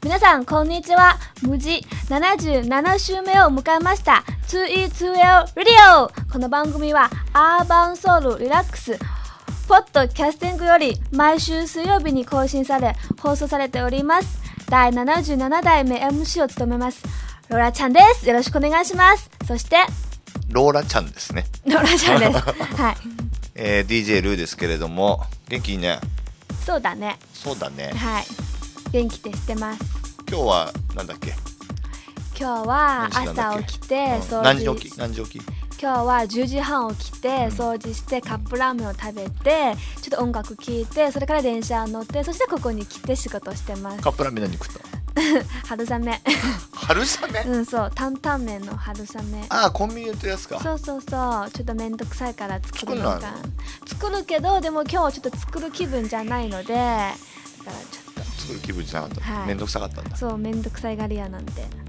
皆さんこんにちは。無事77週目を迎えました 2E2L ラディオ。この番組はアーバンソウルリラックスポッドキャスティングより毎週水曜日に更新され放送されております。第77代目 MC を務めますローラちゃんです。よろしくお願いします。そしてローラちゃんですね。 ローラちゃんですはい、 DJ ルーですけれども、元気いいね。 そうだね。 そうだね。 はい、元気でしてます。 今日はなんだっけ。 今日は朝起きて掃除、 何時起き今日は10時半起きて掃除してカップラーメンを食べてちょっと音楽聴いてそれから電車乗ってそしてここに来て仕事してます。 カップラーメン何食った春雨春雨うんそう担々麺の春雨。 ああコンビニ売ってるやつか。 そうそうそうちょっとめんどくさいから作るのか作るけどでも今日はちょっと作る気分じゃないのでだからちょっと作る気分じゃなかった、 はい、 めんどくさかったんだ。 そうめんどくさいがり屋なんで。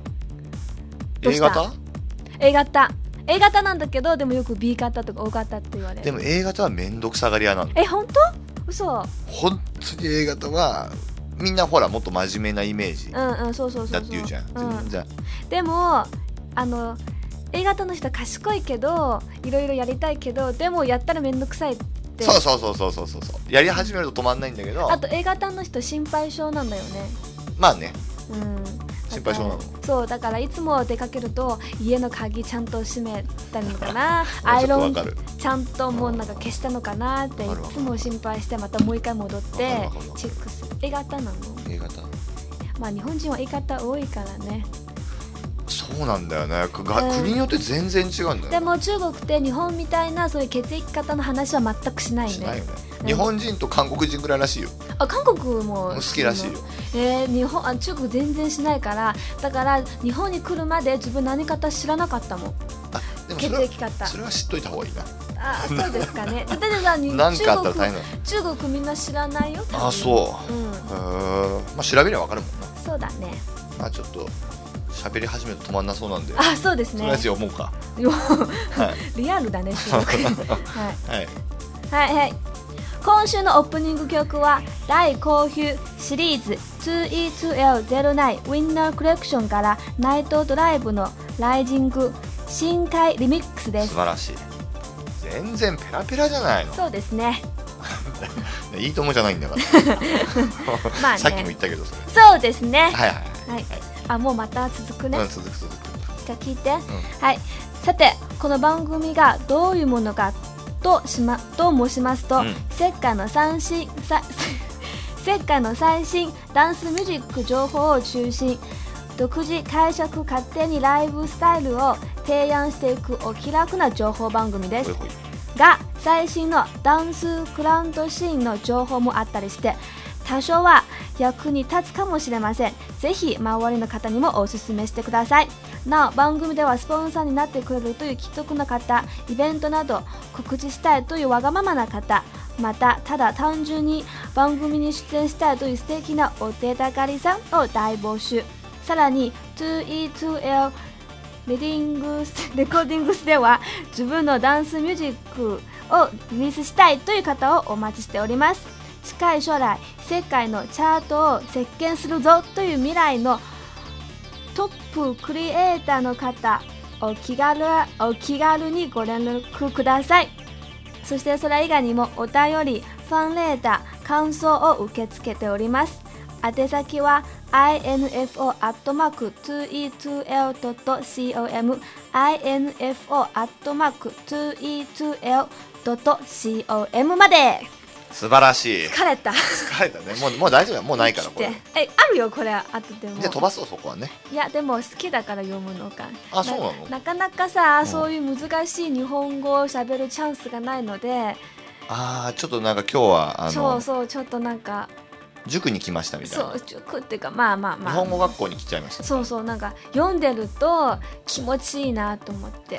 A 型 A 型なんだけどでもよく B 型とか O 型って言われる。 でも A 型はめんどくさがり屋なんだ。 本当？嘘。 本当に A 型はみんなほらもっと真面目なイメージそうだって言うじゃん。全然でもA 型の人は賢いけどいろいろやりたいけどでもやったらめんどくさいってそうやり始めると止まんないんだけど、 あと A 型の人心配性なんだよね。 まあね、 心配性なの。 そうだからいつも出かけると家の鍵ちゃんと閉めたのかなアイロンちゃんともうなんか消したのかなっていつも心配してまたもう一回戻ってチェックする。A 型なの？ A 型。 まあ日本人は A 型多いからね。 そうなんだよね、国によって全然違うんだよね。 でも中国って日本みたいなそういう血液型の話は全くしないね。 しないよね、日本人と韓国人ぐらいらしいよ。 韓国も好きらしいよ。 中国全然しないからだから日本に来るまで自分何型知らなかったもん。 でも血液型それは知っといた方がいいな。 そうですかね。だってさ何かあったら大変だ。 中国みんな知らないよ。 そう、まあ調べれば分かるもんな。 そうだね。 まあちょっと喋り始めると止まんなそうなんで。 そうですね。 とりあえず読もうか。 リアルだね中国はい。 今週のオープニング曲は大好評シリーズ 2E2L09 ウィンナーコレクションからナイトドライブのライジング深海リミックスです。 素晴らしい。全然ペラペラじゃないの。 そうですねいいともじゃないんだからまあ、ね、さっきも言ったけどそうですね。 はい、 もうまた続くね。 続く。 じゃあ聞いて、はい。さてこの番組がどういうものかと申しますと、世界の最新ダンスミュージック情報を中心独自解釈勝手にライフスタイルを提案していくお気楽な情報番組ですが、最新のダンスクラウドシーンの情報もあったりして多少は役に立つかもしれません。ぜひ周りの方にもおすすめしてください。なお番組ではスポンサーになってくれるという既得な方、イベントなど告知したいというわがままな方、またただ単純に番組に出演したいという素敵なお手たかりさんを大募集。さらに 2E2L レコーディングスでは自分のダンスミュージックをリリースしたいという方をお待ちしております。近い将来世界のチャートを席巻するぞという未来のトップクリエイターの方、お気軽にご連絡ください。そしてそれ以外にもお便り、ファンレーター、感想を受け付けております。宛先は info@2e2l.com info@2e2l.com まで。 素晴らしい。 疲れたね。 もう大丈夫だ。もうないからこれ。 あるよこれ。あとでもじゃあ飛ばそうそこはね。 いやでも好きだから読むのか。 そうなの。 なかなかさ、そういう難しい日本語を喋るチャンスがないので。 ちょっとなんか今日はそうちょっとなんか塾に来ましたみたいな。 そう塾っていうかまあ日本語学校に来ちゃいました。 そうなんか読んでると気持ちいいなと思って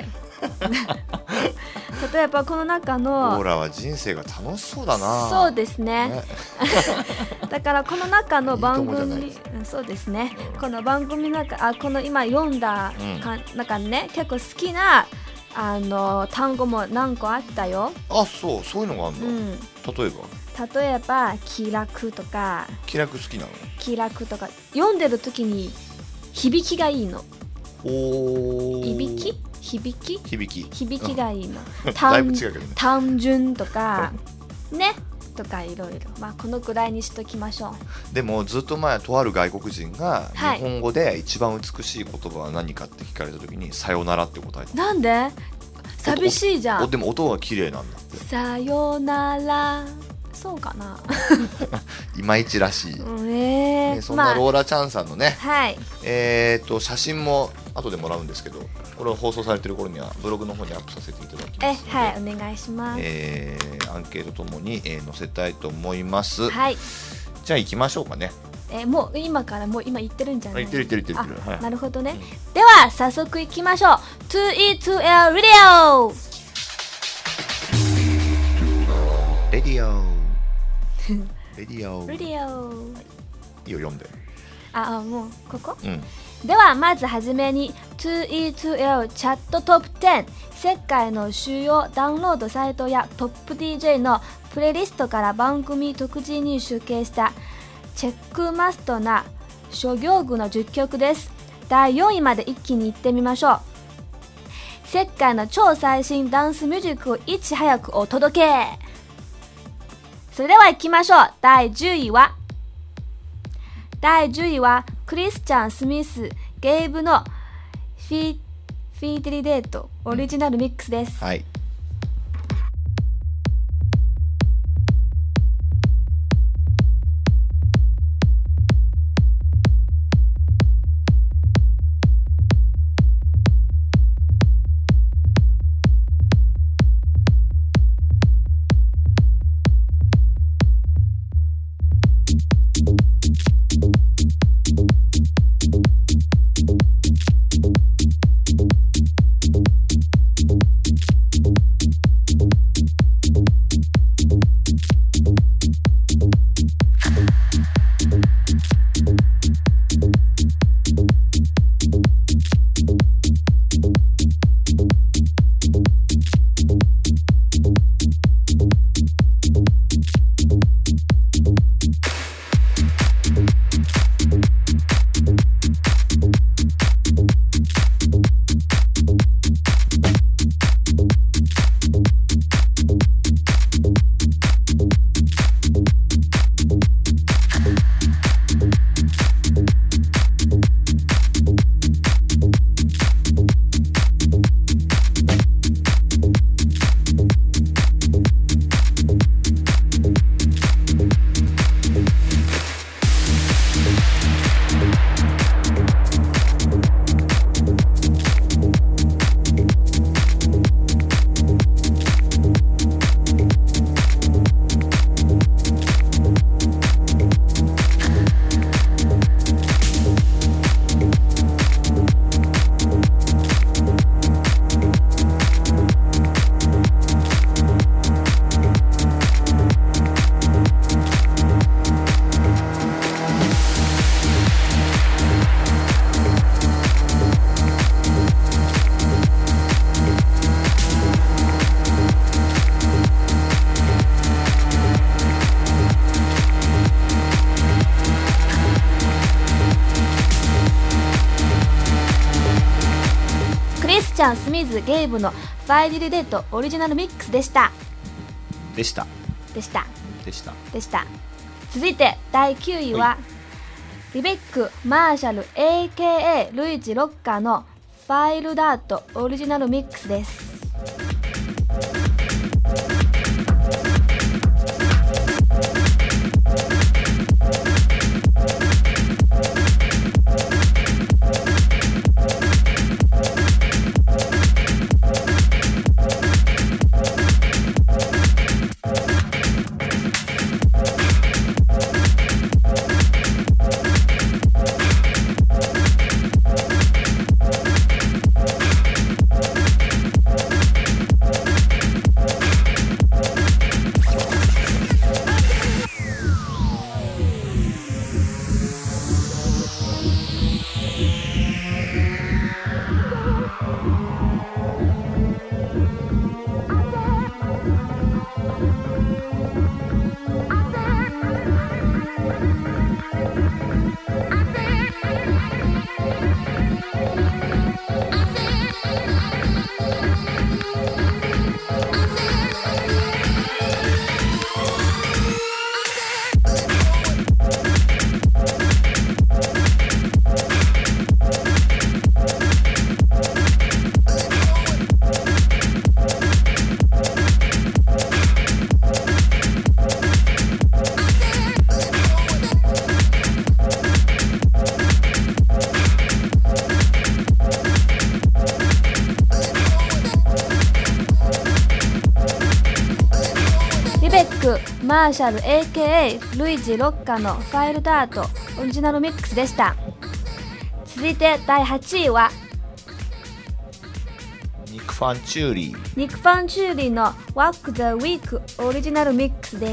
例えばこの中のオーラは人生が楽しそうだな。 そうですねだからこの中の番組そうですね、この番組の中この今読んだ中にね、結構好きな単語も何個あったよ。 そういうのがあるの、例例えば気楽とか。 気楽好きなの？ 気楽とか読んでる時に響きがいいの。響きがいいの。 だいぶ違うけどね。 単純とかねとかいろいろ、まあこのくらいにしときましょう。でもずっと前とある外国人が日本語で一番美しい言葉は何かって聞かれた時にさよならって答えた。 なんで？寂しいじゃん。 でも音が綺麗なんだって。 さよなら、そうかな。 いまいちらしい。そんなローラちゃんさんのね、 はい、 写真も後でもらうんですけど、これを放送されてる頃にはブログの方にアップさせていただきますので、 はい、お願いします。 アンケートともに、載せたいと思います。 はい。 じゃあ行きましょうかね。 もう今からもう今言ってるんじゃない？ 言ってる。 はい、なるほどね。では早速行きましょう。2E2L ラディオ。 レディオ。いいよ読んで。 もうここ？ うん。 ではまずはじめに 2E2L チャットトップ10、世界の主要ダウンロードサイトやトップ DJ のプレイリストから番組独自に集計したチェックマストな諸行具の10曲です。第4位まで一気にいってみましょう。世界の超最新ダンスミュージックをいち早くお届け。それでは行きましょう。第10位はクリスチャン・スミス・ゲイブのフィーデリデートオリジナルミックスです。 はい。 チャン・スミズ・ゲイブのファイディルデートオリジナルミックスでした。続いて第9位はリベック・マーシャル AKA ルイージ・ロッカーのファイルダートオリジナルミックスです。 マーシャル AKA ルイジ・ロッカのファイルダートオリジナルミックスでした。続いて第8位はニック・ファンチューリーの Walk the Week オリジナルミックスです。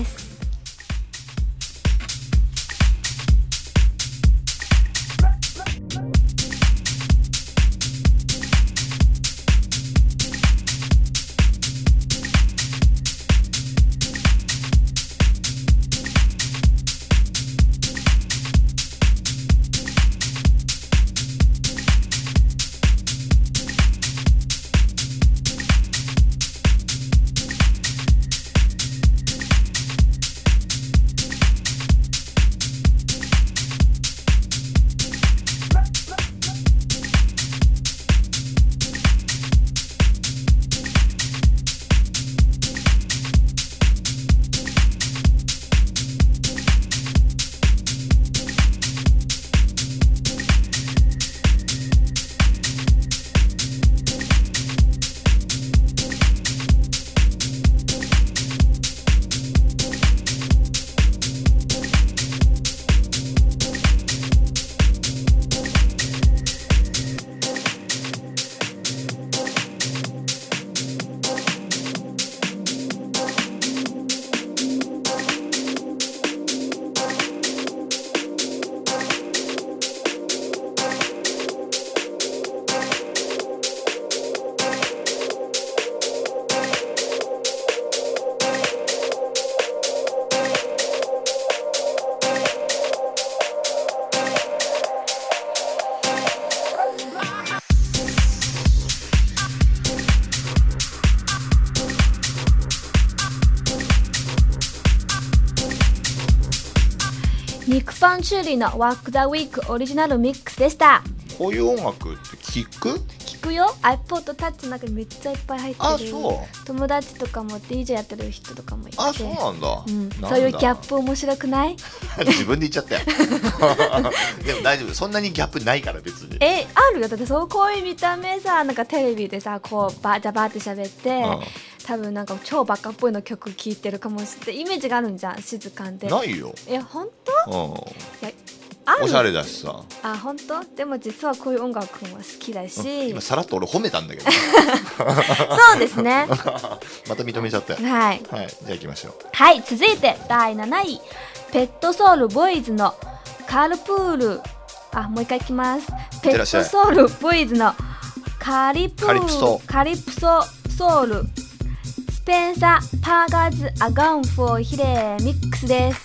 ニック・ファンチューリーの Walk the Week オリジナルミックスでした。 こういう音楽って聞くよ。 iPod Touch の中にめっちゃいっぱい入ってる。 あ、そう。 友達とかも DJ やってる人とかもいて。 あ、そうなんだ、 そういうギャップ面白くない？ 自分で言っちゃったよ。でも大丈夫、そんなにギャップないから別に。 あるよ。だってそうこういう見た目さ、なんかテレビでさこうバーって喋って、多分なんか超バカっぽいの曲聴いてるかもしれない。イメージがあるんじゃん、静かで。 ないよ。 本当？いやおしゃれだしさ。 あ、本当？でも実はこういう音楽も好きだし、 今さらっと俺褒めたんだけど。 そうですね。 また認めちゃったよ。 はい、 じゃあ行きましょう。 はい、続いて第7位、ペットソウルボーイズのカルプール。もう一回いきます。ペットソウルボーイズのカリプソソウルスペンサーパーガーズアガンフォーヒレミックスです。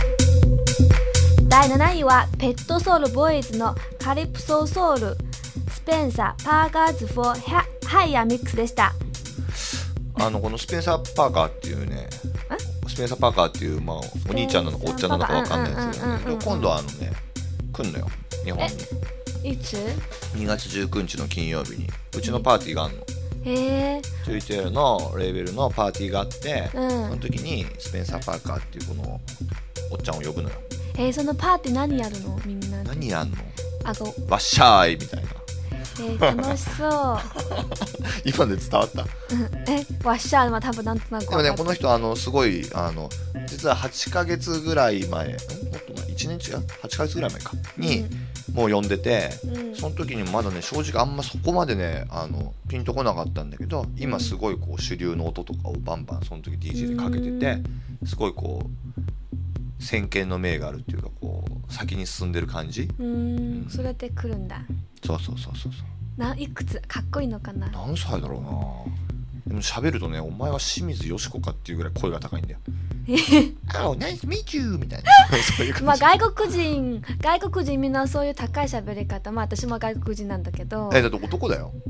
第7位はペットソウルボーイズのカリプソソウルススペンサー・パーカーズ・フォー・ハイヤーミックスでした。 このスペンサー・パーカーっていうね、スペンサー・パーカーっていう、まあ、お兄ちゃんなのかおっちゃんなのか分かんないやつだけど、今度は来んのよ日本に。 いつ ？2月19日の金曜日にうちのパーティーがあるの。トゥイテールのレーベルのパーティーがあって、その時にスペンサー・パーカーっていうこのおっちゃんを呼ぶのよ。 そのパーティー何やるの？みんな何やんの？わっしゃーいみたいな。 楽しそう今で伝わった？ わっしゃーは多分なんとなく。 でもね、この人すごい実は8ヶ月ぐらい前、もっと前、1年違う8ヶ月ぐらい前かに、もう呼んでて、その時にまだね、正直あんまそこまでねピンとこなかったんだけど、今すごいこう主流の音とかをバンバンその時 DJ でかけてて、すごいこう先見の明があるっていうか、こう先に進んでる感じ。 それで来るんだ。 そういくつ？かっこいいのかな？ 何歳だろうな。でも喋るとね、お前は清水よしこかっていうぐらい声が高いんだよ。Oh, nice to meet you みたいなそういう感じ。 まあ外国人みんなそういう高い喋り方。まあ私も外国人なんだけど。 だって男だよ。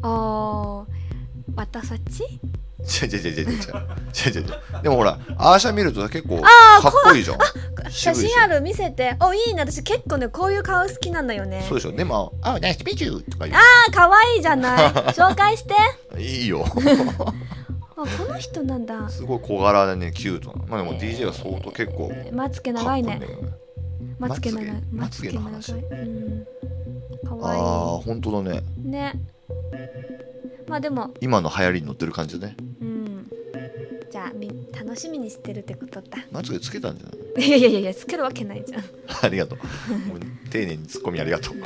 私たち？ 違う。でもほら、アーシャ見ると結構かっこいいじゃん。 写真ある？見せて。いいね。私結構ね、こういう顔好きなんだよね。 そうでしょ。でも「Oh, nice to meet you」とか言う。かわいいじゃない紹介していいよこの人なんだ。 すごい小柄でね、キュートな。まあでも DJ は相当結構まつげ長いね。まつげ長い。 まつげの話。 かわいい。 本当だね。 ね。まあでも今の流行りに乗ってる感じね。 じゃあ楽しみにしてるってことだ。 まつげつけたんじゃない？ いやつけるわけないじゃんありがとう丁寧にツッコミありがとう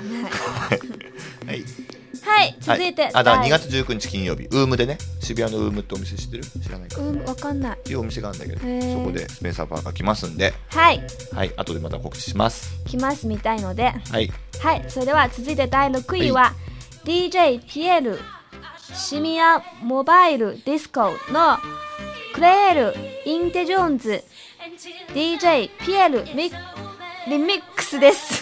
はい、続いて、 だ2月19日金曜日、ウームでね、渋谷のウームってお店知ってる？知らないか？ わかんないっていうお店があるんだけど、そこでスペンサーパーカー来ますんで、 はい後でまた告知します。 来ますみたいので、 はい、 それでは続いて第6位は、DJ ピエールシミアモバイルディスコのクレール・インテジョーンズ DJ ピエールリミックスです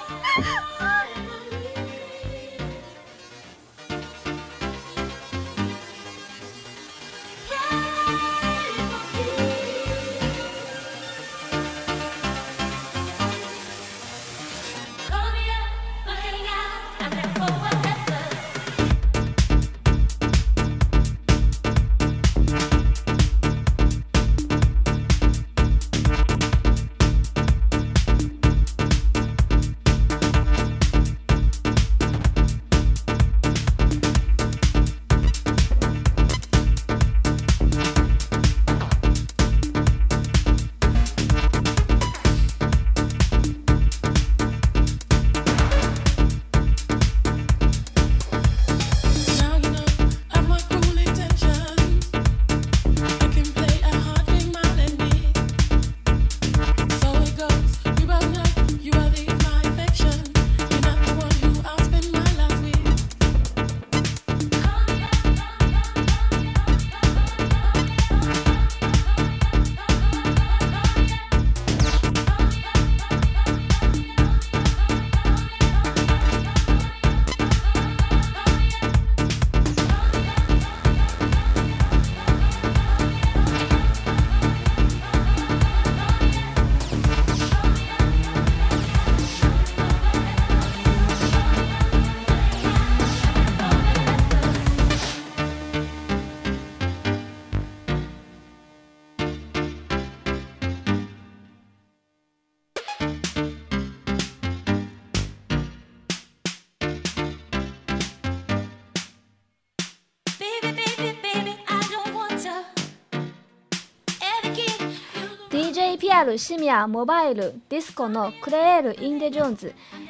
DJ ピエールシミアモバイルディスコのクレール・インデ・ジョーンズ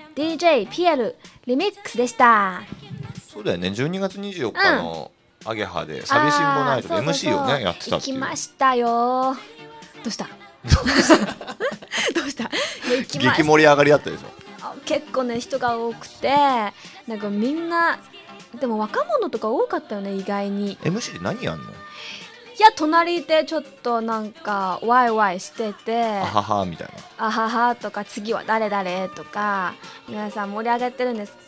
DJ ピエールリミックスでした。 そうだよね、12月24日のアゲハで寂しんぼナイトで MC をねやってたっていう。 行きましたよ。どうしたどうした激盛り上がりだったでしょ。 結構ね人が多くて、なんかみんなでも若者とか多かったよね意外に。 MC で何やんの？ いや隣でちょっとなんかワイワイしてて、 あははみたいな、 あははとか次は誰々とか皆さん盛り上げてるんです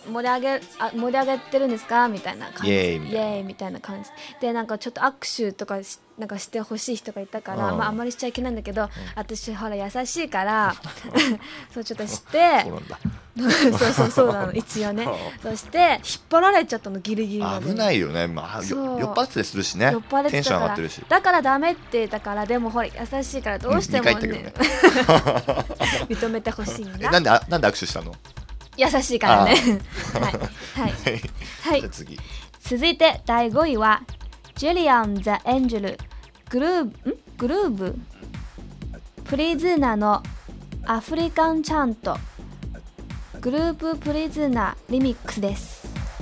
かみたいな感じ、 イエーイみたいな、 イエーイみたいな感じで、なんかちょっと握手とかなんかしてほしい人がいたから、まああんまりしちゃいけないんだけど、私ほら優しいからそうちょっとしてそうなんだそうなの一応ねそして引っ張られちゃったのギリギリまで。 危ないよね、まあ、酔っ払ってたりするしね、 酔っ払ってテンションたから上がってるし、 だからダメって言ったから。でもほら優しいからどうしても 2回言ね、 ったけどね認めてほしいな。 なんで握手したの？ 優しいからねはいはい、はい、 じゃあ次、 続いて第5位はジュリアン・ザ・エンジェルグルーブプリズナのアフリカンチャントグループプリズナリミックスです。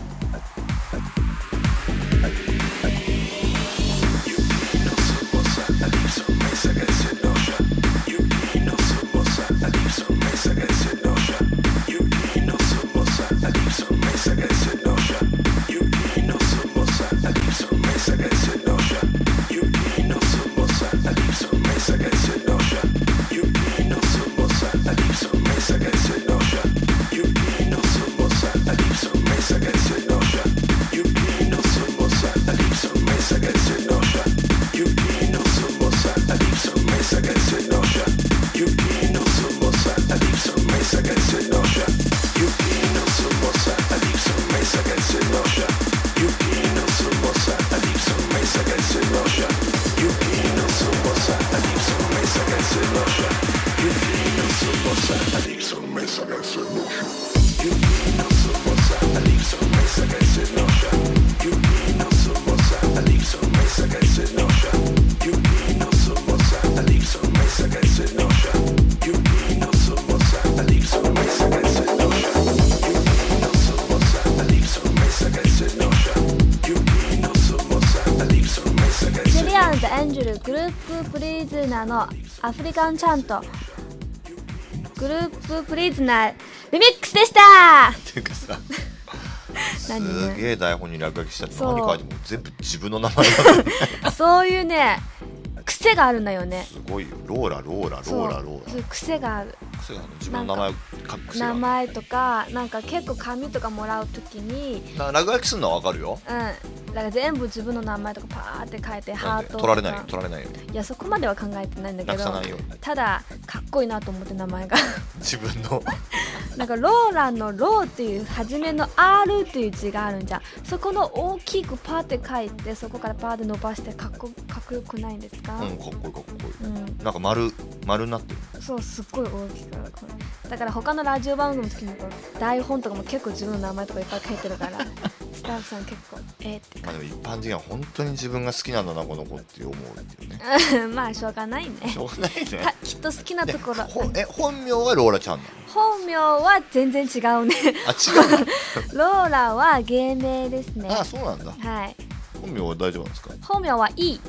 グループプリズナーのアフリカンチャントグループプリズナーリミックスでしたっていうかさ何すげえ台本に落書きしたって何書いても全部自分の名前だそういうね癖があるんだよね。 すごいよ、ローラそういう癖がある。 癖がある、自分の名前を書く癖がある。 名前とかなんか結構紙とかもらうときに落書きするのは分かるよ。 だから全部自分の名前とかパーって書いてハートとか取られないよ。 いやそこまでは考えてないんだけど、ただかっこいいなと思って名前が自分のなんかローランのローっていう初めの R っていう字があるんじゃん。そこの大きくパーって書いてそこからパーって伸ばしてかっこよくないんですか？ かっこいい、なんか丸になってる。 そうすっごい大きくだから他のラジオ番組の時に台本とかも結構自分の名前とかいっぱい書いてるからスタッフさん結構ってまあでも一般的には本当に自分が好きなんだなこの子って思うっていうねまあしょうがないね。 しょうがないねきっと好きなところ。 本名はローラちゃんなの？ 本名は全然違うねあ、違うローラは芸名ですね。 あ、そうなんだ。 はい。 本名は大丈夫なんですか？ 本名はいい。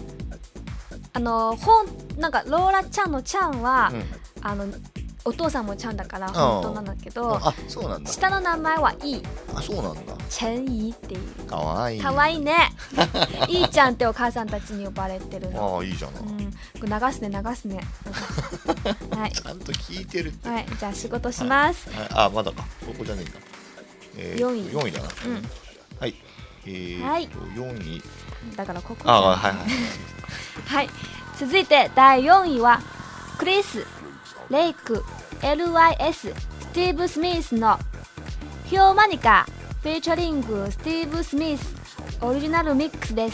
なんかローラちゃんのちゃんは、お父さんもちゃんだから本当なんだけど、 あ、そうなんだ。 下の名前はいい。 あ、そうなんだ。 陳怡っていう。 かわいい。 かわいいねいいちゃんってお母さんたちに呼ばれてるの。 ああ、いいじゃない。 流すねはい、 ちゃんと聞いてるって。 はい、じゃあ仕事します。 あ、まだか。そこじゃねえんだ。4位だな。はい。4位。 だからここ。 はい。 はい、続いて第4位はクリス・レイク LYS スティーブ・スミスのヒョーマニカフィーチャリングスティーブ・スミスオリジナルミックスです。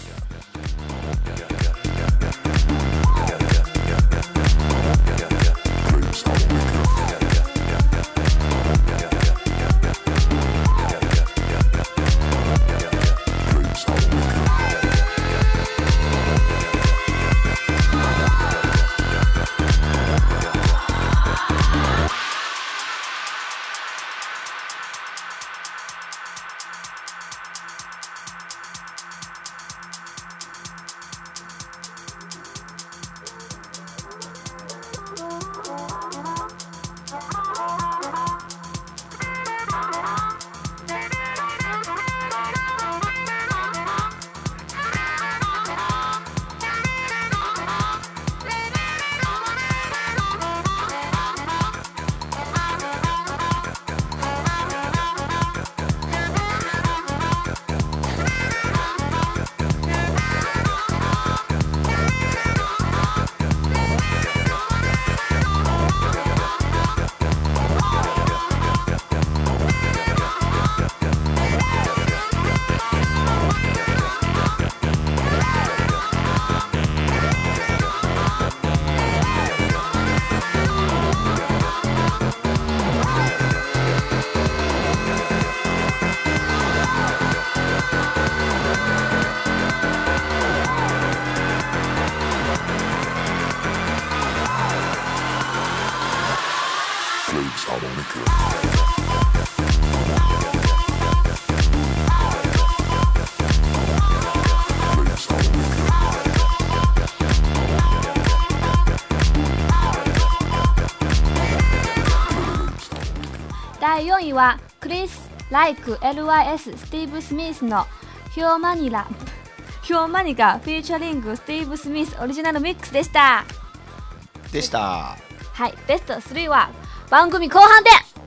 第4位はクリス・ライク LYS スティーブ・スミスのヒョーマニガフィーチャリングスティーブ・スミスオリジナルミックスでした。 はい、ベスト3は番組後半で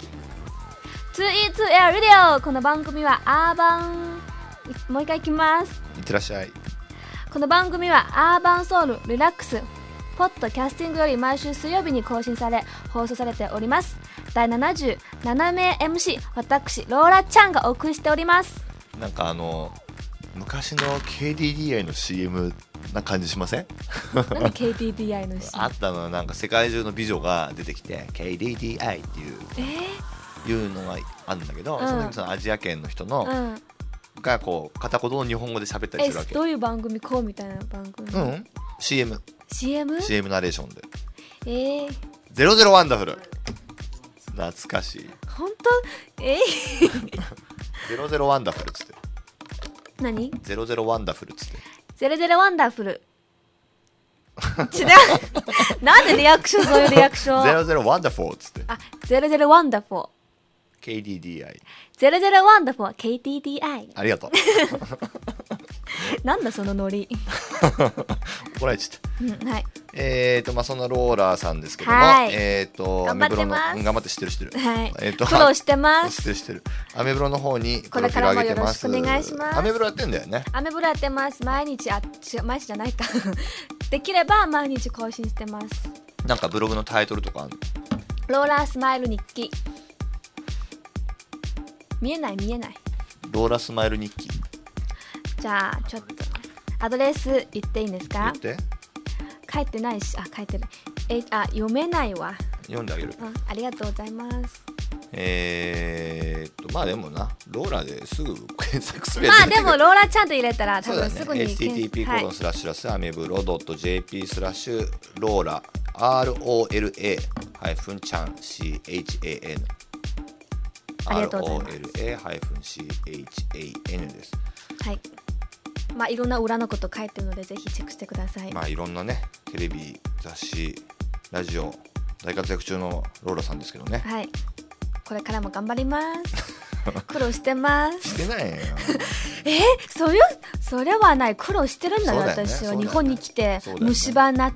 2E2Air Radio。 この番組はアーバン、もう一回いきます。 いってらっしゃい。 この番組はアーバンソウルリラックスポッドキャスティングより毎週水曜日に更新され放送されております。第77名 MC 私ローラちゃんがお送りしております。 なんか昔の KDDI の CM な感じしません？ 何 KDDI の CM あったの。なんか世界中の美女が出てきて KDDI っていうのがあるんだけど、その時そのアジア圏の人の、がこう片言の日本語で喋ったりするわけ。 どういう番組こうみたいな番組？ CM ナレーションで。00ワンダフル。懐かしい。 本当 00ワンダフルっつって。 何 00ワンダフルっつって。 00ワンダフル。違う。なんでリアクション、そういうリアクション。 00ワンダフォーっつって。 00ワンダフォー。 KDDI。 00ワンダフォー KDDI。 ありがとう。 なんだそのノリ。 怒られちゃった。 はい。 そのローラーさんですけども、 頑張ってます。頑張って知ってる。 はい。苦労してます。 知ってる。アメブロの方にこれからもよろしくお願いします。 アメブロやってんだよね。 アメブロやってます。毎日毎日じゃないか。できれば毎日更新してます。 なんかブログのタイトルとかあるの？ ローラースマイル日記。見えない。 ローラースマイル日記。 じゃあちょっとアドレス言っていいんですか？ 言って。 書いてないし、書いてる。読めないわ。 読んであげる。 ありがとうございます。 まあでもな、ローラですぐ検索する。 まあでもローラちゃんと入れたら多分すぐに。 http://ameブロ.jp/ローラ ROLA-chan CHAN ありがとうございます。 ROLA-CHAN です。 はい。まあいろんな裏のこと書いてるのでぜひチェックしてください。 まあいろんなね、テレビ、雑誌、ラジオ大活躍中のローラさんですけどね。 はい。これからも頑張ります。苦労してます。 してないよ。 それはない。苦労してるんだよ、私は。日本に来て虫歯になって、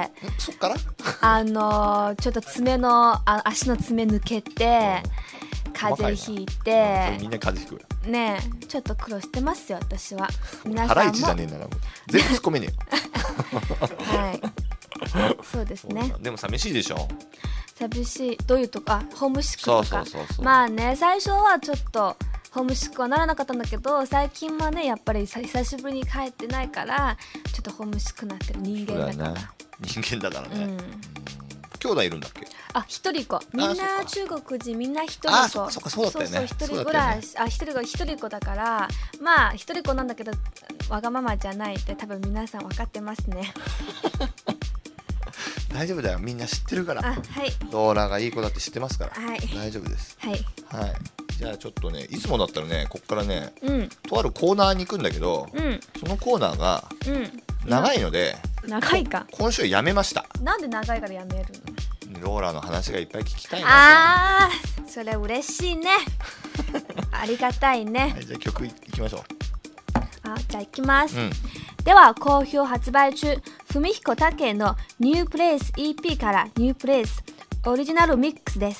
そっからちょっと爪の足の爪抜けて、風邪ひいて、 みんな風邪ひく。 ねえ、ちょっと苦労してますよ、私は。 皆さんも。ハライチじゃねえんだな。全部突っ込めねえよ。はい。そうですね。 でも寂しいでしょ。 寂しい。どういうとか、ホームシックとか。まあね、最初はちょっとホームシックはならなかったんだけど、最近はねやっぱり久しぶりに帰ってないからちょっとホームシックになってる。人間だから。 人間だからね。兄弟いるんだっけ？ 一人っ子。みんな中国人、みんな一人っ子。 そっか、そうだったよね。 そう一人暮らし、一人っ子だから、まあ一人っ子なんだけどわがままじゃないって多分皆さん分かってますね。 大丈夫だよ、みんな知ってるから。 はい。 ローラがいい子だって知ってますから。 はい。 大丈夫です。 はい。 はい。じゃあちょっとね、いつもだったらね、こっからね、とあるコーナーに行くんだけど、そのコーナーが長いので、 長いか。 今週やめました。 なんで長いからやめるの？ローラの話がいっぱい聞きたいな。 それ嬉しいね。ありがたいね。 はい、じゃあ曲いきましょう。 じゃあいきます。では好評発売中、文彦武のニュープレイス EP からニュープレイスオリジナルミックスです。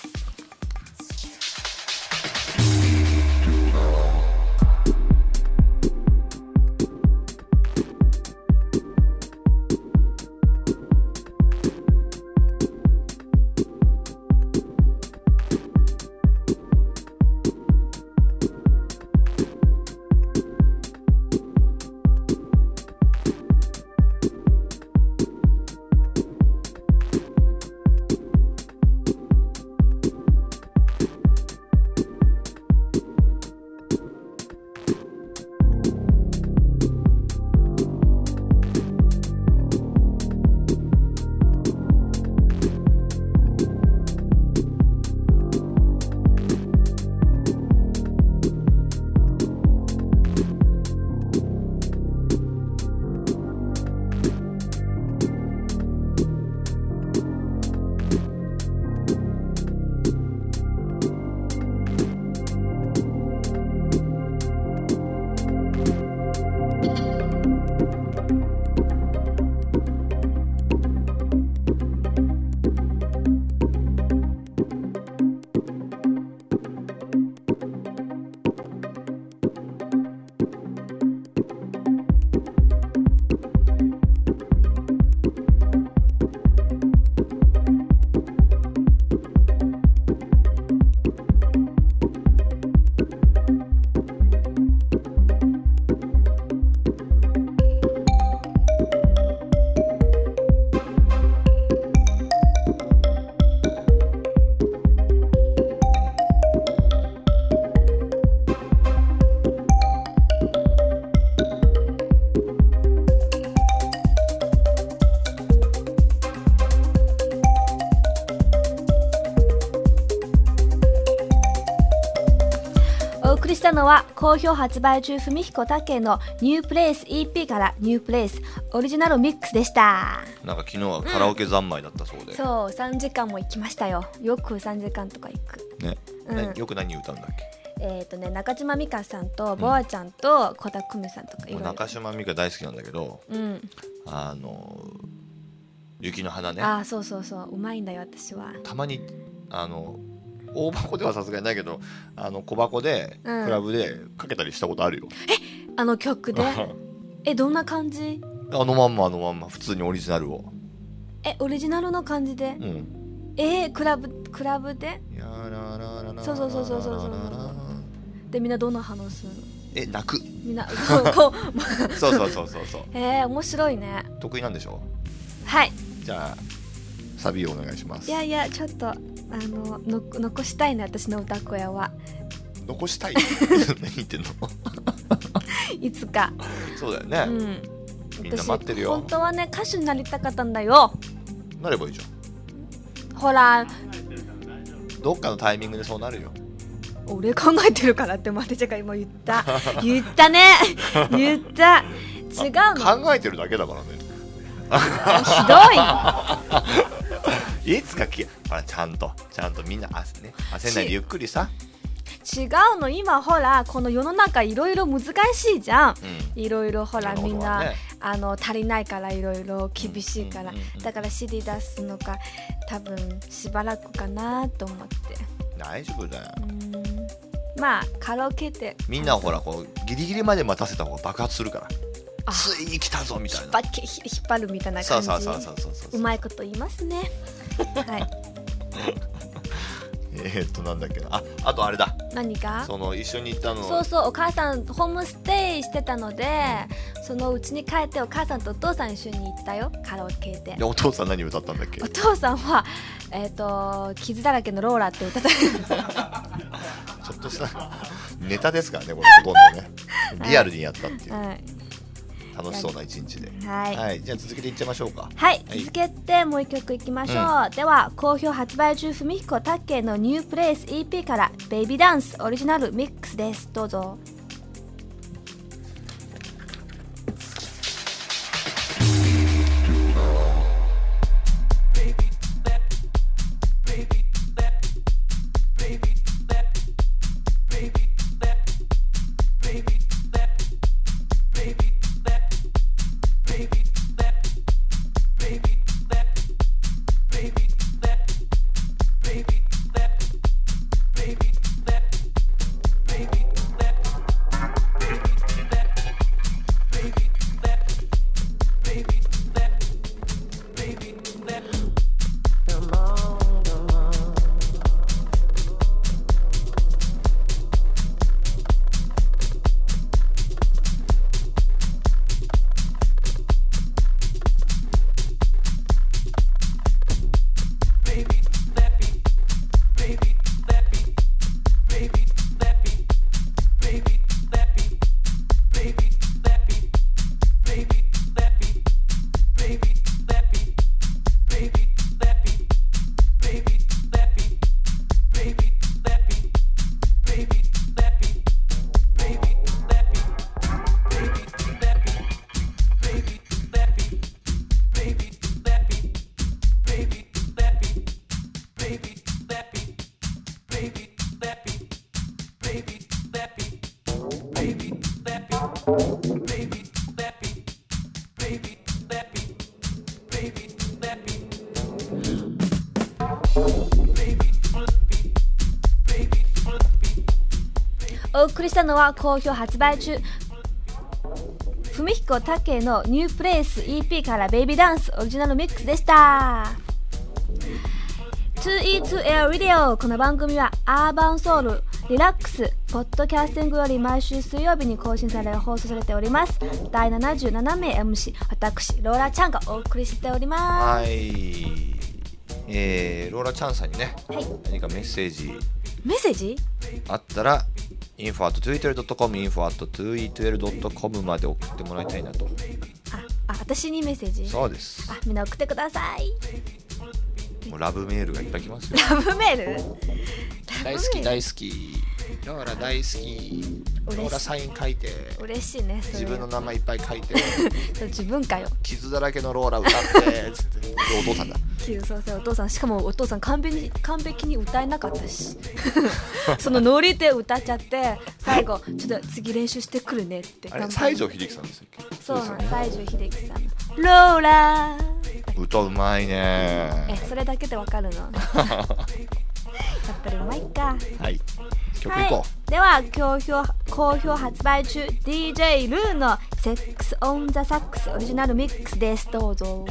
したのは好評発売中文彦武のニュープレイス EP からニュープレイスオリジナルミックスでした。 なんか昨日はカラオケ三昧だったそうで、 そう3時間も行きましたよ。よく3時間とか行くね、よく何歌うんだっけ。 中島美嘉さんとボアちゃんと小田久美さんとかいろいろ。 中島美嘉大好きなんだけど、雪の花ね。 あ、そうそうそう、うまいんだよ私は。たまに大箱ではさすがにないけど小箱で、クラブでかけたりしたことあるよ。 あの曲でどんな感じ。 あのまんま普通にオリジナルを。 オリジナルの感じで、クラブでそうでみんなどんな反応するの。 泣くみんなそう面白いね。 得意なんでしょ。 はい、 じゃあサビをお願いします。 いやちょっと残したいね、私の歌声は。 残したい何言ってんのいつか。 そうだよね、みんな待ってるよ。 本当はね歌手になりたかったんだよ。なればいいじゃん。ほらどっかのタイミングでそうなるよ。 俺考えてるからってマネージャーが今言ったね言った。違うの。 考えてるだけだからね。 ひどい。いつかほらちゃんとみんな焦んないでゆっくりさ。 違うの。今ほらこの世の中いろいろ難しいじゃん。いろいろほらみんな、足りないからいろいろ厳しいから、だから CD 出すのか多分しばらくかなと思って。 大丈夫だよ。 まあカラオケってみんなほらこうギリギリまで待たせた方が爆発するから。ついに来たぞみたいな。 引っ張るみたいな感じ。うまいこと言いますね。はい。 なんだっけな。あとあれだ。 何か。 一緒に行ったの。 そうお母さんホームステイしてたので、そのうちに帰ってお母さんとお父さん一緒に行ったよ、カラオケで。 お父さん何歌ったんだっけ。 お父さんは傷だらけのローラって歌った。ちょっとしたネタですからね、これほとんどね。リアルにやったっていう。楽しそうな一日で。はい、じゃあ続けていっちゃいましょうか。 はい、続けてもう一曲いきましょう。では好評発売中文彦武のニュープレイス EP からベイビーダンスオリジナルミックスです。どうぞ。お送りしたのは好評発売中文彦武のニュープレイス EP からベイビーダンスオリジナルミックスでした。 2E2L Radio。 この番組はアーバンソウルリラックスポッドキャスティングより毎週水曜日に更新され放送されております。第77名 MC 私ローラちゃんがお送りしております。はい、 ローラちゃんさんにね、何かメッセージあったらinfo@2etl.com info@2etl.com まで送ってもらいたいなと。 私にメッセージ。 そうです。 みんな送ってください。 もうラブメールがいっぱい来ますよ。 ラブメール大好き大好き。 ローラ大好き。ローラサイン書いて。 嬉しいね。 自分の名前いっぱい書いて。 自分かよ。 傷だらけのローラ歌ってつって。お父さんだ。 そうそう、お父さん。しかもお父さん完璧に歌えなかったしそのノリで歌っちゃって最後ちょっと次練習してくるねって。 あれ西城秀樹さんですよ。 そうなの、西城秀樹さんのローラ歌うまいね。 それだけでわかるのやっぱりうまいか。 はい、曲いこう、 はい、では好評発売中 DJ ルーのセックスオンザサックスオリジナルミックスです。どうぞ。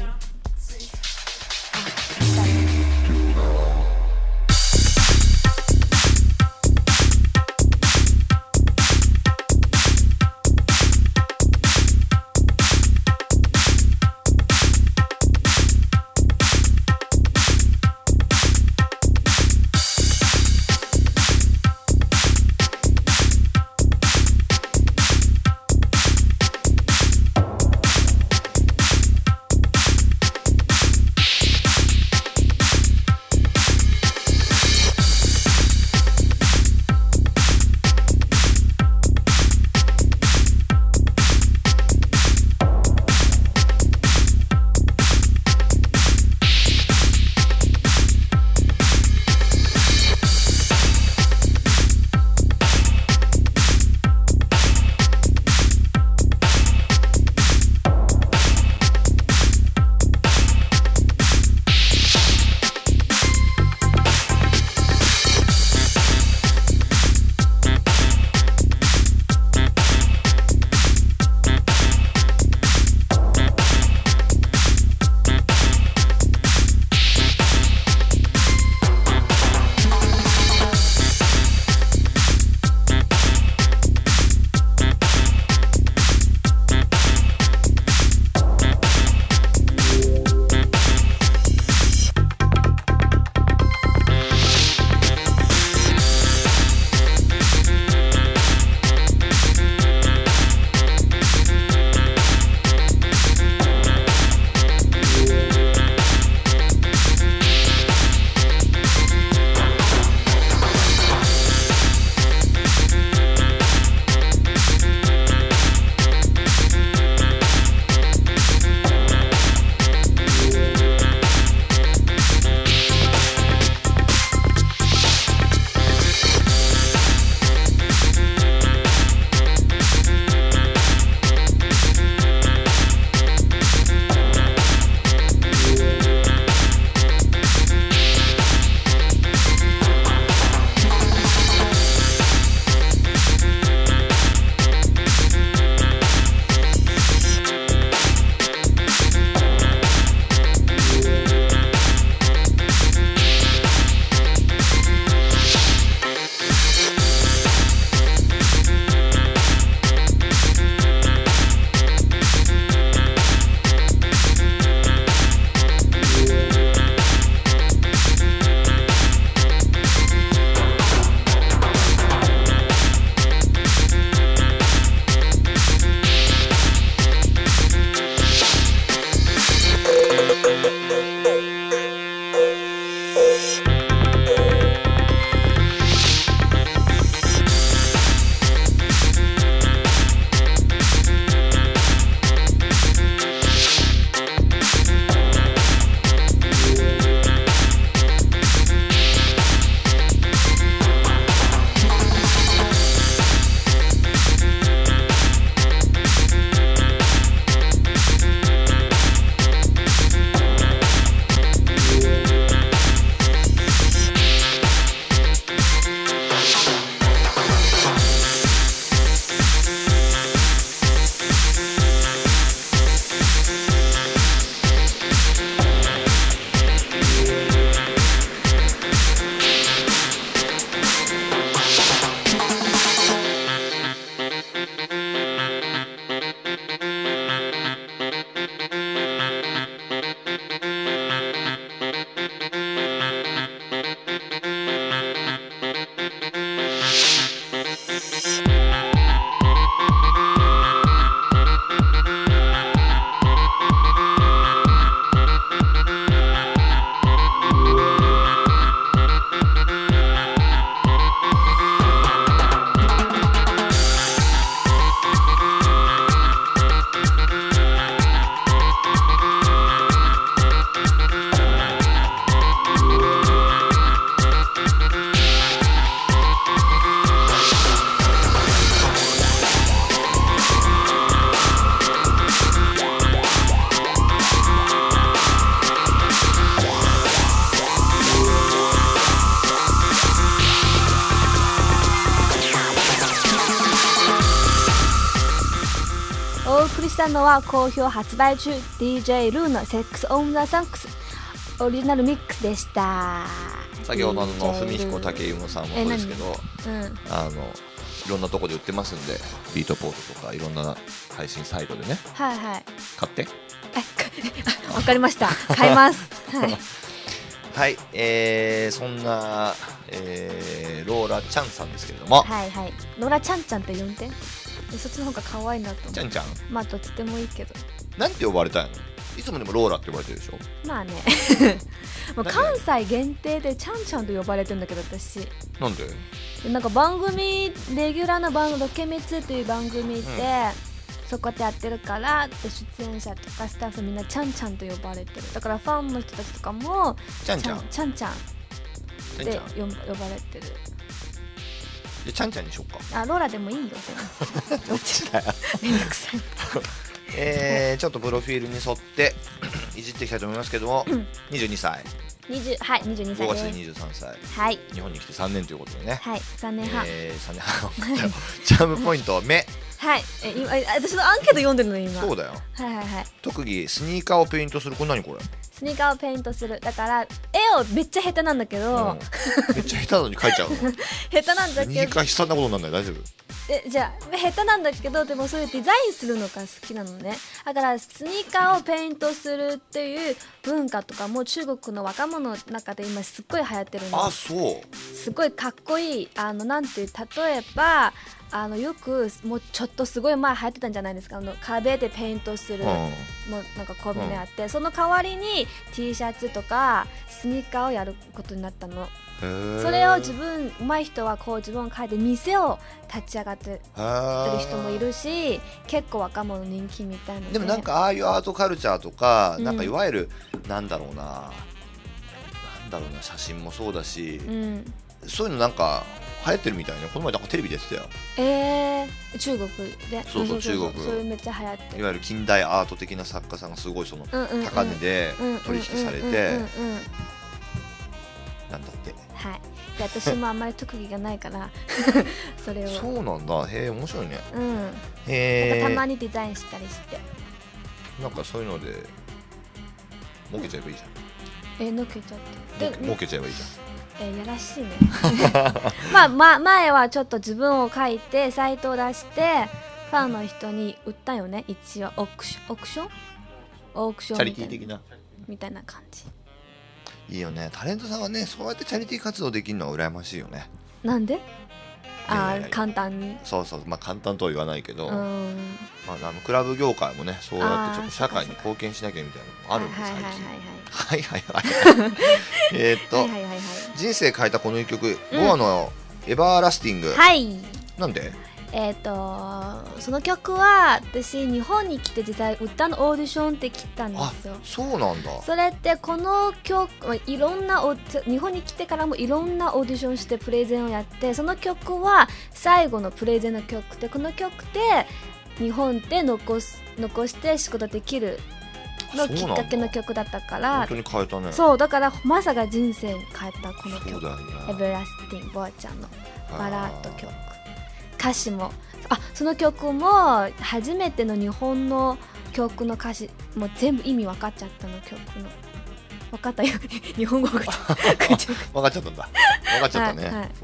したのは好評発売中 DJ ルーのセックスオンザサンクスオリジナルミックスでした。 先ほどの文彦武夢さんもそうですけど、いろんなとこで売ってますんで、ビートポートとかいろんな配信サイトでね、 はいはい、 買ってわかりました、買いますはいはい、そんな、ローラちゃんさんですけれども、 はいはい、ローラちゃんちゃんって呼んで、そっちの方が可愛いなと思う。 ちゃんちゃん、 まあどっちでもいいけど。なんて呼ばれたんやの？いつもでもローラって呼ばれてるでしょ。 まあねもう関西限定でちゃんちゃんと呼ばれてるんだけど、私なんで？ なんか番組、レギュラーな番組、ロケミツっていう番組で、そこでやってるからって出演者とかスタッフみんなちゃんちゃんと呼ばれてる。だからファンの人たちとかもちゃんちゃんって呼ばれてる。 でちゃんちゃんにしよっか。 あ、ローラでもいいよ。 どっちだよめんどくさいちょっとプロフィールに沿っていじっていきたいと思いますけども、22歳、 はい、22歳です。 5月で23歳、 はい、 日本に来て3年ということでね、 はい、3年半、 3年半チャームポイント目、 はい、今私のアンケート読んでるの今。 そうだよ。 はいはいはい。 特技スニーカーをペイントする。これ何これ？ スニーカーをペイントする。だから絵をめっちゃ下手なんだけど、 めっちゃ下手なのに描いちゃうの下手なんだけど、スニーカー悲惨なことにならない？大丈夫？ じゃあ下手なんだけど、でもそういうデザインするのが好きなのね。だからスニーカーをペイントするっていう文化とかも中国の若者の中で今すっごい流行ってるの。 あ、そう。 すごいかっこいい。なんていう、例えばよくもうちょっとすごい前流行ってたんじゃないですか。壁でペイントする、もうなんかこういうのあって、その代わりに T シャツとかスニーカーをやることになったの。それを上手い人はこう自分を変えて店を立ち上がってる人もいるし、結構若者人気みたいなので。 でもなんかああいうアートカルチャーとか、なんかいわゆるなんだろうな写真もそうだし、そういうのなんか流行ってるみたいな。この前なんかテレビでやってたよ。 中国で。 そうそう、中国。 それめっちゃ流行ってる。 いわゆる近代アート的な作家さんがすごいその高値で取引されてなんだって。 はい。で私もあんまり特技がないからそれを。 そうなんだ。へえ、面白いね。 たまにデザインしたりして。 なんかそういうので儲けちゃえばいいじゃん。 のけちゃって。 儲けちゃえばいいじゃん。 やらしいねまあ、前はちょっと自分を書いてサイトを出してファンの人に売ったよね。一応オークションチャリティー的なみたいな感じ。 いいよね。タレントさんはね、そうやってチャリティー活動できるのは羨ましいよね。 なんで？簡単に。 そうそう、まあ簡単とは言わないけど、まあクラブ業界もね、そうやってちょっと社会に貢献しなきゃみたいなのもあるんで、最近。はい人生変えたこの一曲、ボアのエバーラスティング。 はい。 なんで？ その曲は私日本に来て実際歌のオーディションって来たんですよ。 そうなんだ。 それってこの曲いろんな日本に来てからもいろんなオーディションしてプレゼンをやって、その曲は最後のプレゼンの曲で、この曲で日本で残して仕事できるのきっかけの曲だったから。 本当に変えたね。 そうだからまさか人生変えたこの曲、 そうだよね、 エバーラスティング、ボアちゃんのバラード曲。歌詞もその曲も初めての日本の曲の歌詞も全部意味分かっちゃったの。曲の分かったよ日本語分かっちゃった分かっちゃったんだ。分かっちゃったね、はいはい、そ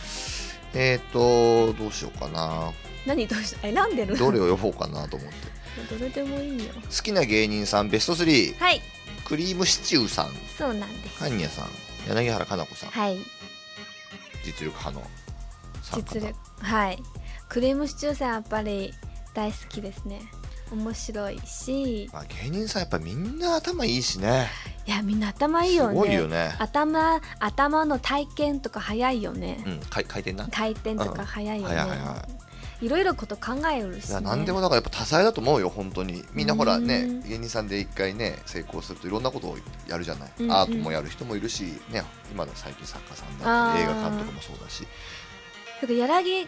っか。どうしようかな。何どうした選んでる？ どれを呼ぼうかなと思ってどれでもいいよ。 好きな芸人さんベスト3。 はい。 クリームシチューさん。 そうなんです。 ハンニャさん、柳原加奈子さん。 はい。 実力派の実力。はい。クリームシチューさんやっぱり大好きですね。面白いし、 まあ、芸人さんやっぱみんな頭いいしね。 いやみんな頭いいよね。 すごいよね。 頭の体験とか早いよね。 回転とか早いよね。いろいろこと考えるし、ね、 いや何でもだからやっぱ多彩だと思うよ本当に。みんなほらね、芸人さんで一回ね成功するといろんなことをやるじゃない。アートもやる人もいるしね、今の最近作家さんだったり映画監督もそうだし。 柳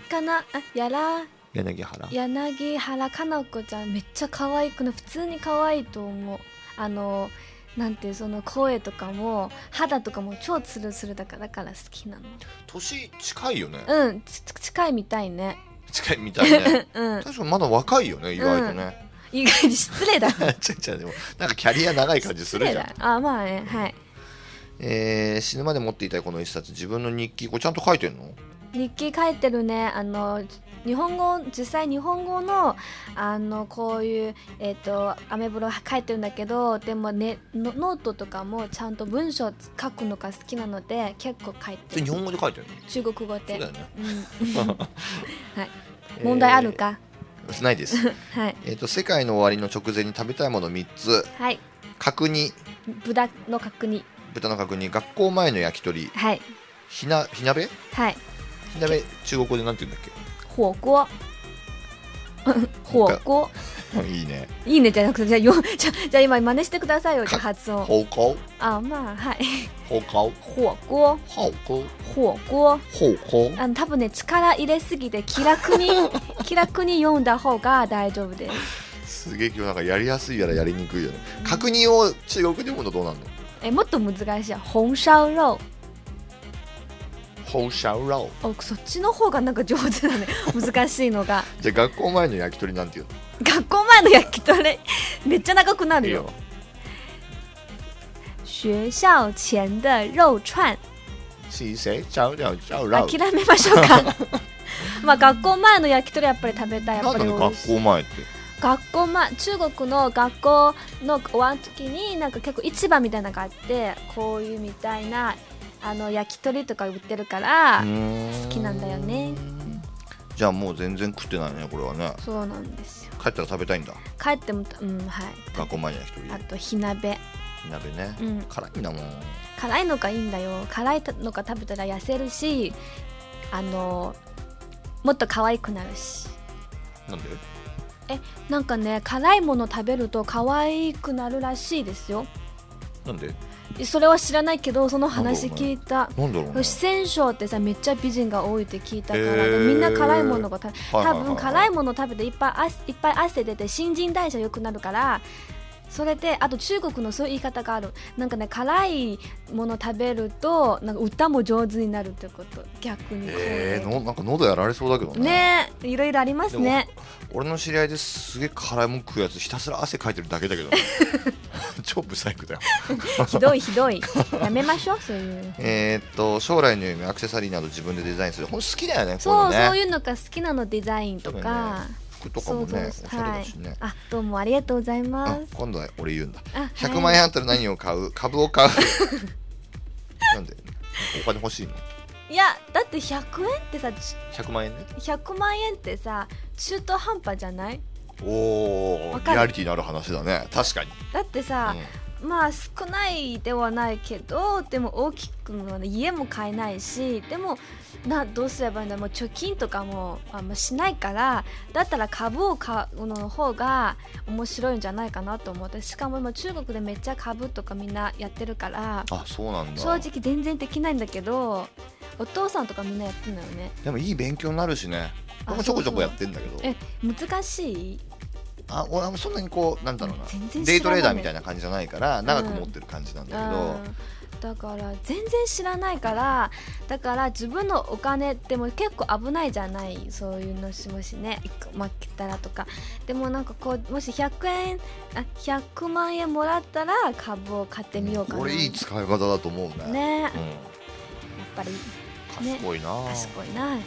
原加奈子ちゃんめっちゃ可愛くない？普通に可愛いと思う。なんてその声とかも肌とかも超ツルツルだから好きなの。 年近いよね。 近いみたいね。 近いみたいね。確かにまだ若いよね意外とね。 意外に失礼だでもなんかキャリア長い感じするじゃん。 あ、まあね、はい。 死ぬまで持っていたいこの一冊、自分の日記、これちゃんと書いてんの？ 日記書いてるね。日本語、実際日本語のこういうアメブロ書いてるんだけど、でもね、ノートとかもちゃんと文章書くのが好きなので結構書いてる。 日本語で書いてるの？ 中国語で。 そうだよね。 はい。問題あるか？ ないです。 はい。 世界の終わりの直前に食べたいもの3つ。 はい。 角煮。 豚の角煮。 学校前の焼き鳥。 はい。 火鍋？ はい。 火鍋、中国語でなんて言うんだっけ？ 火锅。火锅。 いいね。 いいねじゃなくて、じゃあ今真似してくださいよ、発音。 火锅。 あ、まあ、はい。 火锅。 火锅。火锅。多分ね、力入れすぎて気楽に読んだ方が大丈夫です。 すげえ今日なんかやりやすいやらやりにくいよね。角煮を中国で読むとどうなるの？ もっと難しい。紅燒肉。 紅燒肉。 そっちの方がなんか上手だね。難しいのが。 じゃあ学校前の焼き鳥なんていうの？ 学校前の焼き鳥めっちゃ長くなるよ。学校前的肉串。諦めましょうか。まあ学校前の焼き鳥やっぱり食べたい。やっぱり美味しい。 学校前って中国の学校の終わる時になんか結構市場みたいなのがあって、こういうみたいな焼き鳥とか売ってるから好きなんだよね。 じゃあもう全然食ってないね、これはね。 そうなんですよ。 帰ったら食べたいんだ。 帰ってもはい。 学校前の焼き鳥。 あと火鍋ね、 辛いんだもん。 辛いのがいいんだよ。辛いのが食べたら痩せるし、もっと可愛くなるし。 なんで？ なんかね、辛いもの食べると可愛くなるらしいですよ。 なんで？ それは知らないけど、その話聞いた。 なんだろうね。 四川省ってさ、めっちゃ美人が多いって聞いたから、みんな辛いものが多分辛いもの食べていっぱい汗出て新陳代謝良くなるから。それであと中国のそういう言い方がある。なんかね、辛いもの食べるとなんか歌も上手になるってこと。逆になんか喉やられそうだけどね。いろいろありますね。 俺の知り合いですげえ辛いもん食うやつひたすら汗かいてるだけだけど超ブサイクだよ。 ひどいやめましょう、そういう。 将来の夢、アクセサリーなど自分でデザインする。好きだよね。 そういうのが好きなの。デザインとか服とかもね、おしゃれだしね。 どうもありがとうございます。 今度は俺言うんだ。100万円あったら何を買う？株を買う。なんでお金欲しいの？ いや、だって100円ってさ、 100万円ね。 100万円ってさ、中途半端じゃない？ リアリティのある話だね。確かに。 だってさ、まあ少ないではないけど、でも大きくは、ね、家も買えないし、でもどうすればいいんだろう。もう貯金とかもあんましないから、だったら株を買うの方が面白いんじゃないかなと思って。しかも今中国でめっちゃ株とかみんなやってるから。 そうなんだ。 正直全然できないんだけど、お父さんとかみんなやってるんだよね。 でもいい勉強になるしね。僕もちょこちょこやってんだけど。 難しい？ 俺はそんなにこうなんだろうな、デイトレーダーみたいな感じじゃないから長く持ってる感じなんだけど、 だから全然知らないから、だから自分のお金でも結構危ないじゃない。そういうのもしね負けたらとか。でもなんかこう、もし100万円もらったら株を買ってみようかな。 これいい使い方だと思うね。 やっぱり賢いな。 賢いな。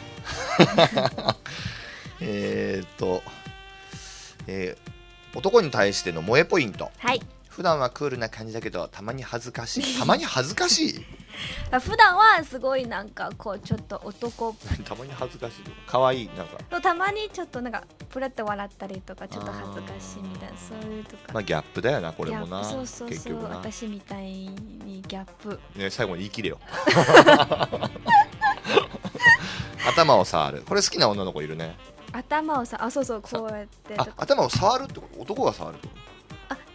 男に対しての萌えポイント。 はい。 普段はクールな感じだけどたまに恥ずかしい。たまに恥ずかしい。 普段はすごいなんかこうちょっと男たまに恥ずかしい。可愛いなんか。 たまにちょっとなんかプラッと笑ったりとか、ちょっと恥ずかしいみたいな、そういうとか。 ギャップだよな、これもな。 そう結局な。私みたいにギャップ。 ね、最後に言い切れよ。頭を触る。これ好きな女の子いるね。 頭をそうこうやって。 頭を触るってこと？男が触るってこと？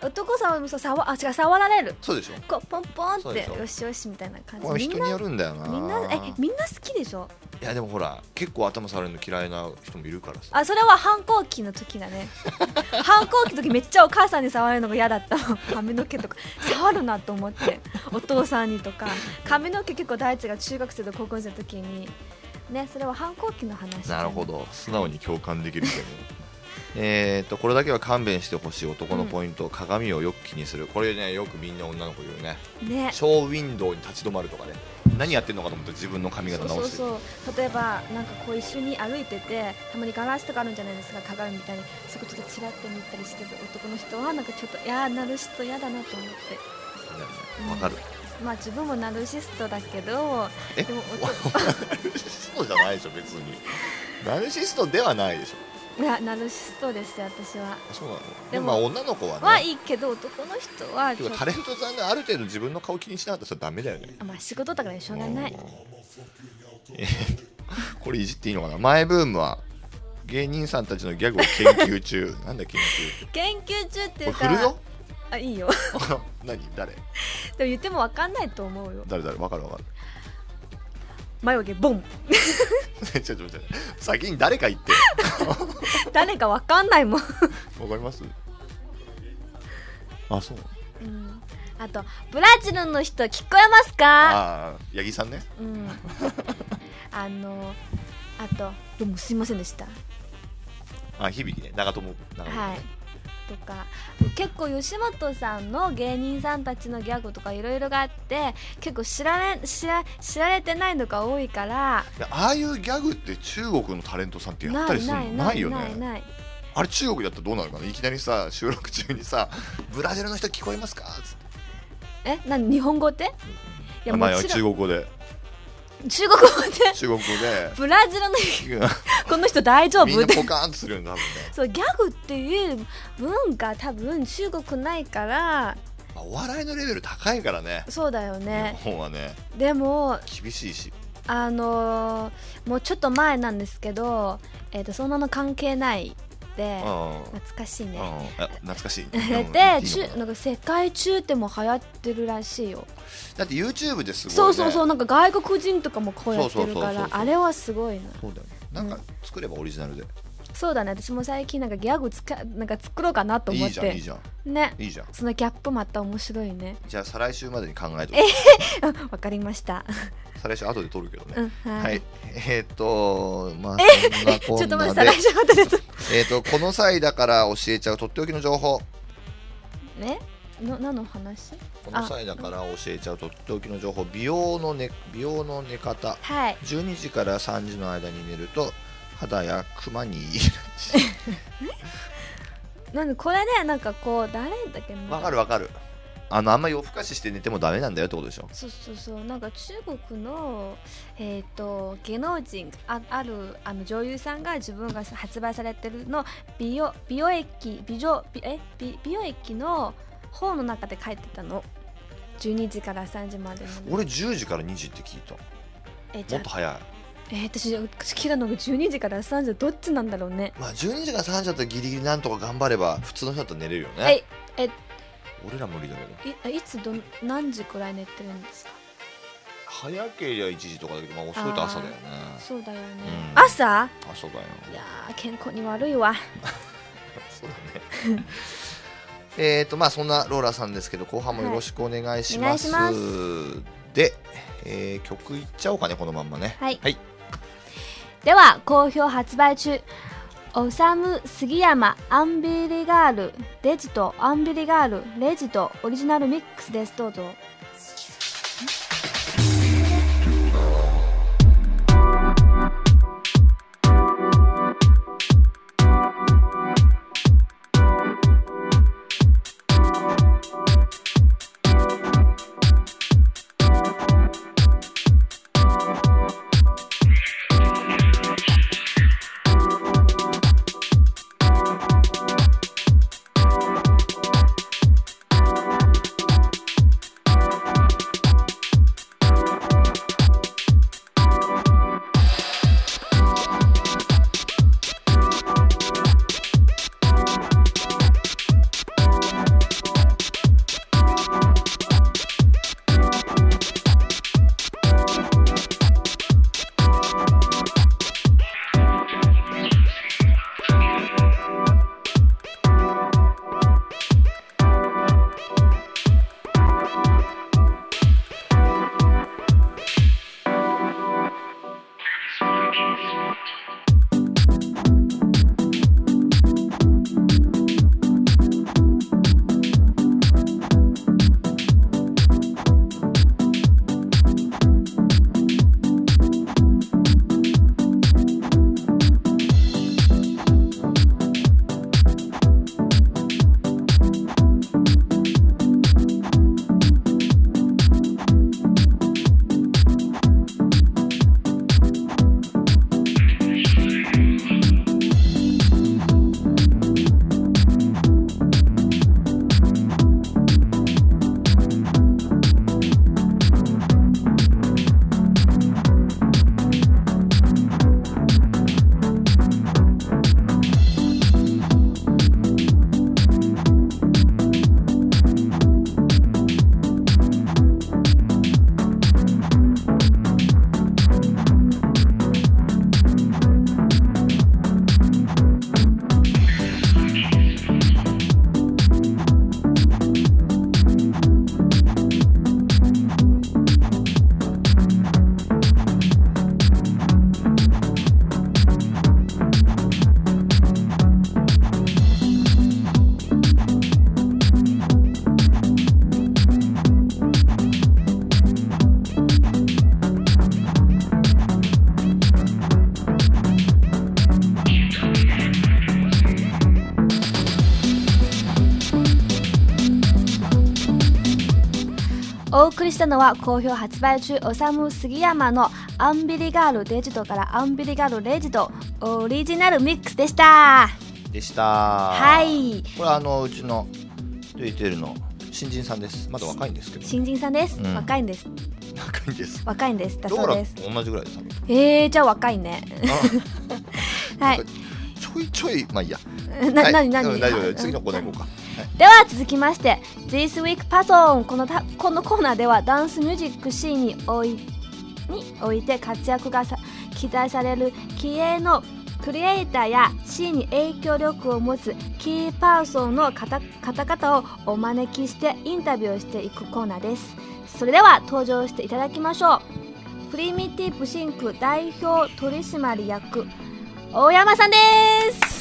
男さんも触られる。 そうでしょ。 こうポンポンってよしよしみたいな感じ。 これ人によるんだよな。 みんな好きでしょ。 いやでもほら結構頭触るの嫌いな人もいるからさ。 それは反抗期の時だね。反抗期の時めっちゃお母さんに触るのが嫌だった。髪の毛とか触るなと思って、お父さんにとか。髪の毛結構大地が中学生と高校生の時にね、それは反抗期の話。 なるほど、素直に共感できるけど。 これだけは勘弁してほしい男のポイント、鏡をよく気にする。これね、よくみんな女の子言うね。ショーウィンドウに立ち止まるとかね。何やってんのかと思って自分の髪型直してる。 そう例えばなんかこう一緒に歩いてて、たまにガラスとかあるんじゃないですか、鏡みたいに。そこちょっとチラッと見たりしてる男の人はなんかちょっとナルシスト嫌だなと思って。 わかる。 まあ自分もナルシストだけど、でもナルシストじゃないでしょ別に。ナルシストではないでしょ。 いや、ナルシストですよ私は。 そうなの。でもまあ女の子はね。 はいいけど、男の人はちょっとタレントさんである程度自分の顔気にしなかったらダメだよね。 まあ仕事だからしょうがない。 これいじっていいのかな。マイブームは芸人さんたちのギャグを研究中。なんだ研究中っていうか。 振るよ。 あ、いいよ。 何誰？でも言っても分かんないと思うよ。 誰分かる。 眉毛ボン。 ちょっと先に誰か言って。 誰か分かんないもん。 わかります？あ、そう。 あとブラジルの人聞こえますか？ あ、八木さんね。 あとどうもすいませんでした。 響ね、長友。 はい。とか結構吉本さんの芸人さんたちのギャグとかいろいろがあって、結構知られてないのが多いから。 ああいうギャグって中国のタレントさんってやったりするの？ないよね。 ないあれ中国だったらどうなるかな。いきなりさ、収録中にさ、ブラジルの人聞こえますかっつって。 何、日本語って？ いや、もちろん中国語で。 中国語でブラジルのこの人大丈夫？ みんなポカーンとするよね、多分ね。 そう、ギャグっていう文化多分中国ないから、 お笑いのレベル高いからね。 そうだよね。 日本はね。 でも厳しいし、 もうちょっと前なんですけど、そんなの関係ないで、懐かしいね。 懐かしい。 で、なんか世界中でも流行ってるらしいよ。 だって YouTube ですごいね。 そう、なんか外国人とかもこうやってるから、あれはすごいな。 そうだよね。なんか作ればオリジナルで。 そうだね、私も最近なんかギャグなんか作ろうかなと思って。 いいじゃん。 ね。 いいじゃん。 そのギャップまた面白いね。 じゃあ再来週までに考えてわかりました。 再来週後で撮るけどね。 はい。 まあそんなこんなで。 ちょっと待って、再来週後で撮る。 この際だから教えちゃうとっておきの情報。 ね？何の話？ この際だから教えちゃうとっておきの情報。美容の寝方。 はい。 12時から3時の間に寝ると肌やクマにいいらしい。 なんでこれね、なんかこう誰だっけな。 わかる。あんま夜更かしして寝てもダメなんだよってことでしょ。 そう、なんか中国の芸能人ある女優さんが自分が発売されてるの美容液の本の中で書いてたの。12時から3時までの。 俺10時から2時って聞いた。もっと早い。 私聞いたのが12時から3時、どっちなんだろうね。 まあ12時から3時だったらギリギリなんとか頑張れば普通の人だったら寝れるよね。俺ら無理だけど。 いつ何時くらい寝てるんですか？ 早ければ1時とかだけど、まあ遅いと朝だよね。 そうだよね。朝だよ。いやー、健康に悪いわ。 そうだね。まあそんなローラさんですけど、後半もよろしくお願いします。で、曲いっちゃおうかね、このまんまね。 はい。では好評発売中、オサム杉山アンビリガールレジとオリジナルミックスです。どうぞ。 お送りしたのは好評発売中おさむ杉山のアンビリガールレジドからアンビリガールレジドオリジナルミックスでした。はい、 これうちのトゥイテルの新人さんです。まだ若いんですけど。 新人さんです、若いんです。若いんですだそうです。 同じぐらいです。 じゃあ若いね。はい。 ちょいまあいいや。 何大丈夫。次のコーナー行こうか。 では続きまして This Week Person このコーナーではダンスミュージックシーンにおいて活躍が期待される気鋭のクリエイターやシーンに影響力を持つキーパーソンの方々をお招きしてインタビューをしていくコーナーです。それでは登場していただきましょう。プリミティブシンク代表取締役大山さんです。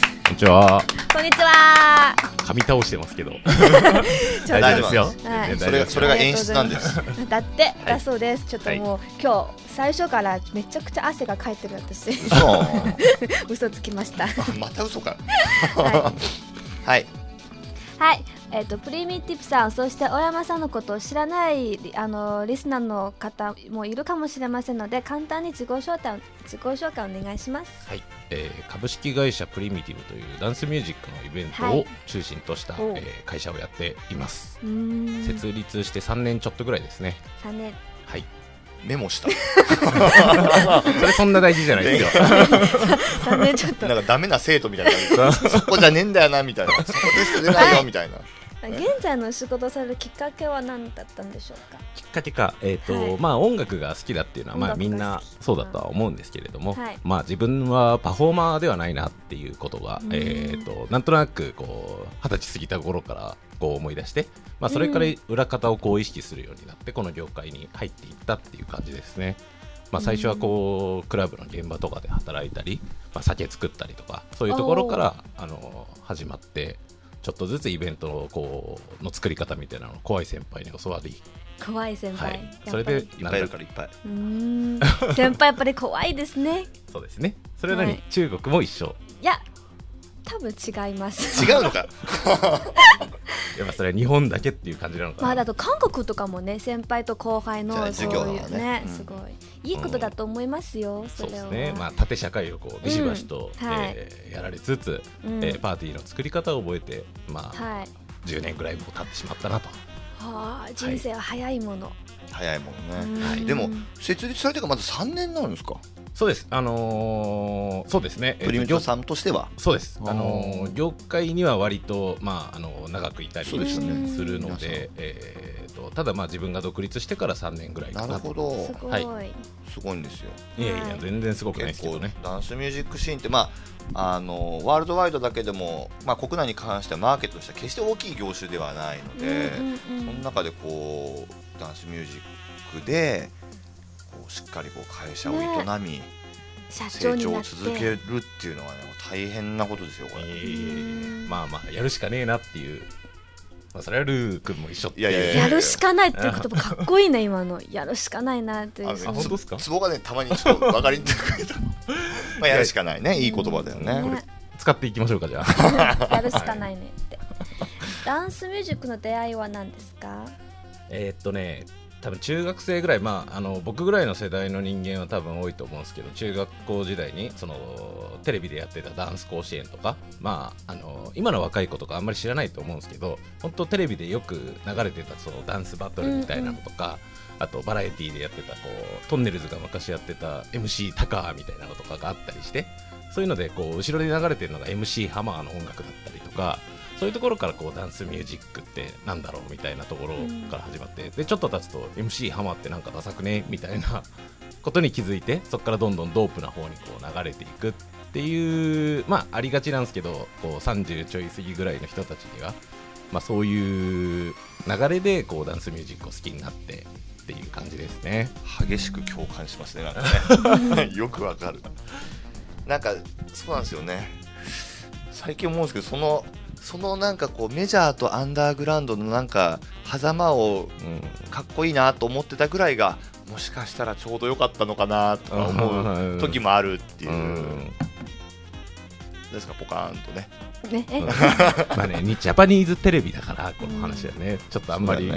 こんにちは。 こんにちは。 噛み倒してますけど大丈夫ですよ、 はい、 それが演出なんです。 だそうです。ちょっともう、今日最初からめちゃくちゃ汗がかいてる私。嘘つきました。 また嘘か。 はい、プリミティブさん、そして大山さんのことを知らないリスナーの方もいるかもしれませんので、簡単に自己紹介お願いします。 はい、株式会社プリミティブというダンスミュージックのイベントを中心とした、会社をやっています。設立して3年ちょっとぐらいですね。 3年。 はい。 メモした。 それそんな大事じゃないですよ。 3年ちょっと。 なんかダメな生徒みたいな。そこじゃねえんだよなみたいな。そこテスト出ないよみたいな。 現在の仕事をされるきっかけは何だったんでしょうか。 きっかけか、まあ音楽が好きだっていうのはまあみんなそうだとは思うんですけれども、まあ自分はパフォーマーではないなっていうことが、なんとなくこう20歳過ぎた頃からこう思い出して、まあそれから裏方をこう意識するようになってこの業界に入っていったっていう感じですね。まあ最初はこうクラブの現場とかで働いたり、まあ酒作ったりとかそういうところから始まって。ちょっとずつイベントのこうの作り方みたいなのを怖い先輩に教わり、 怖い先輩、 それでいっぱいいるからいっぱい。 先輩やっぱり怖いですね。 そうですね。それは何、中国も一緒？ いや多分違います。 違うのか。 やっぱそれは日本だけっていう感じなのかな。 まあだと韓国とかもね、先輩と後輩のそういうね、すごいいいことだと思いますよ。 そうですね。まあ縦社会をこうビシバシとやられつつ、パーティーの作り方を覚えて、まあ10年ぐらいも経ってしまったなと。 はあ、人生は早いもの。 早いものね。でも設立されてからまだ3年なんですか。 そうです。そうですね。 プリミティブさんとしては。 そうです。業界には割とまあ長くいたりするので、ただまあ自分が独立してから3年ぐらいかな。 なるほど。 すごいんですよ。 いやいや全然すごくないですけどね。 ダンスミュージックシーンってまあワールドワイドだけでもまあ国内に関してはマーケットとしては決して大きい業種ではないので、その中でこうダンスミュージックでしっかりこう会社を営み、成長を続けるっていうのはね、大変なことですよこれ。 まあまあやるしかねえなっていう、まあ、それはルー君も一緒って。 やるしかないっていう言葉かっこいいね今の。やるしかないなっていう。 本当ですか。 ツボがねたまにちょっと分かりにくいけどまあやるしかないね、いい言葉だよね。これ使っていきましょうかじゃあ。 やるしかないねって。ダンスミュージックの出会いは何ですか。 多分中学生ぐらい、まあ、僕ぐらいの世代の人間は多分多いと思うんですけど、中学校時代にそのテレビでやってたダンス甲子園とか、まあ、今の若い子とかあんまり知らないと思うんですけど、本当テレビでよく流れてたそのダンスバトルみたいなのとか、あとバラエティーでやってたこうトンネルズが昔やってた MC タカーみたいなのとかがあったりして、そういうのでこう後ろで流れてるのが MC ハマーの音楽だったりとか、そういうところからこうダンスミュージックってなんだろうみたいなところから始まって、でちょっと経つと MC ハマってなんかダサくねみたいなことに気づいて、そこからどんどんドープな方にこう流れていくっていう、まあありがちなんですけど、こう30ちょい過ぎぐらいの人たちには、まあそういう流れでこうダンスミュージックを好きになってっていう感じですね。 激しく共感しますね、なんかね。よくわかる。なんかそうなんですよね。最近思うんですけど、そのなんかこうメジャーとアンダーグラウンドのなんか狭間をかっこいいなと思ってたぐらいが、もしかしたらちょうど良かったのかなとか思う時もあるっていう。ですか、ポカーンとね。 まあね、ジャパニーズテレビだからこの話はね、ちょっとあんまり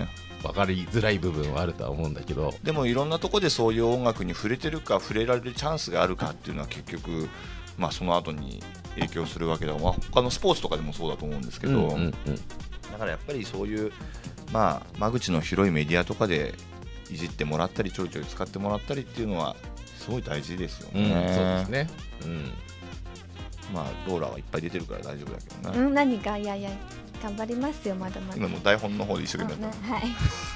分かりづらい部分はあるとは思うんだけど、 でもいろんなところでそういう音楽に触れてるか触れられるチャンスがあるかっていうのは結局、まあ、その後に影響するわけだ、まあ、他のスポーツとかでもそうだと思うんですけど、だからやっぱりそういう、まあ、間口の広いメディアとかでいじってもらったりちょいちょい使ってもらったりっていうのはすごい大事ですよね。 そうですね、 まあローラはいっぱい出てるから大丈夫だけどな、 何かいや頑張りますよ、まだまだ。 今の台本の方で一生懸命やった、 はい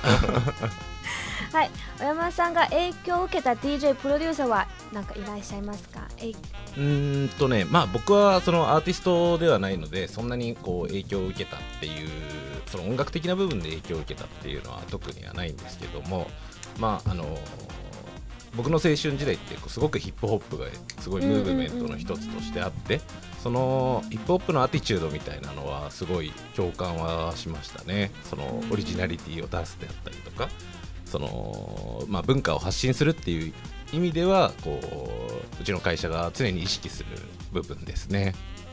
はい、小山さんが影響を受けた DJ プロデューサーはなんかいらっしゃいますか？ まあ僕はそのアーティストではないのでそんなにこう影響を受けたっていうその音楽的な部分で影響を受けたっていうのは特にはないんですけども、まあ僕の青春時代ってすごくヒップホップがすごいムーブメントの一つとしてあって、そのヒップホップのアティチュードみたいなのはすごい共感はしましたね。そのオリジナリティを出すであったりとか、その、まあ、文化を発信するっていう意味ではうちの会社が常に意識する部分ですね。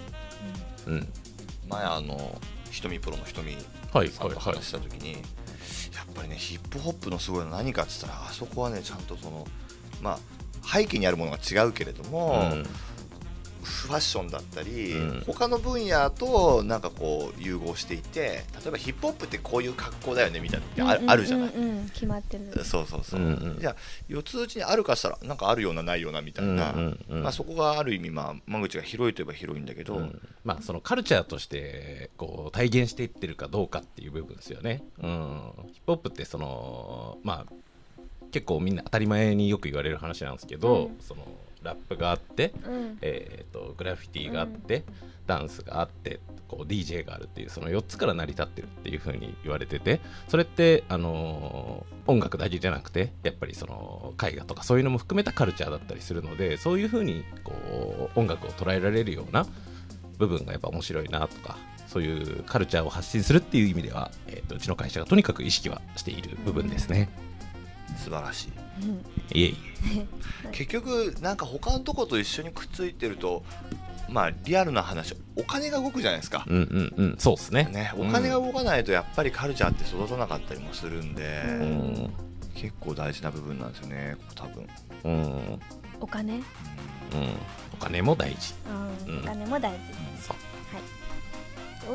前ひとみプロのひとみさんと話した時に、やっぱりねヒップホップのすごいのは何かって言ったら、あそこはねちゃんとその、まあ、背景にあるものが違うけれども、ファッションだったり、他の分野となんかこう融合していて、例えばヒップホップってこういう格好だよねみたいなのあるじゃない、 決まってる。 そう、じゃあ四つ打ちにあるかしたらなんかあるようなないようなみたいな、まあ、そこがある意味、まあ、間口が広いといえば広いんだけど、 まあ、そのカルチャーとしてこう体現していってるかどうかっていう部分ですよね。ヒップホップってその、まあ、結構みんな当たり前によく言われる話なんですけど、そのラップがあって、グラフィティがあって、ダンスがあってこう DJ があるっていうその4つから成り立ってるっていう風に言われてて、それって音楽だけじゃなくてやっぱりその絵画とかそういうのも含めたカルチャーだったりするので、そういう風にこう音楽を捉えられるような部分がやっぱ面白いなとか、そういうカルチャーを発信するっていう意味では、うちの会社がとにかく意識はしている部分ですね。 素晴らしい。いえいえ結局なんか他のとこと一緒にくっついてると、まあリアルな話、お金が動くじゃないですか。 そうですね。 お金が動かないとやっぱりカルチャーって育たなかったりもするんで、結構大事な部分なんですよね、多分。 お金、 お金も大事。 お金も大事。そう。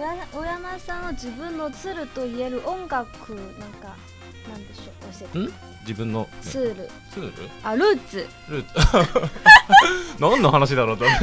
はい。小山さんは自分のツールと言える音楽なんかなんでしょう、教えて。 自分のツール。ルーツ。 何の話だろうと思って、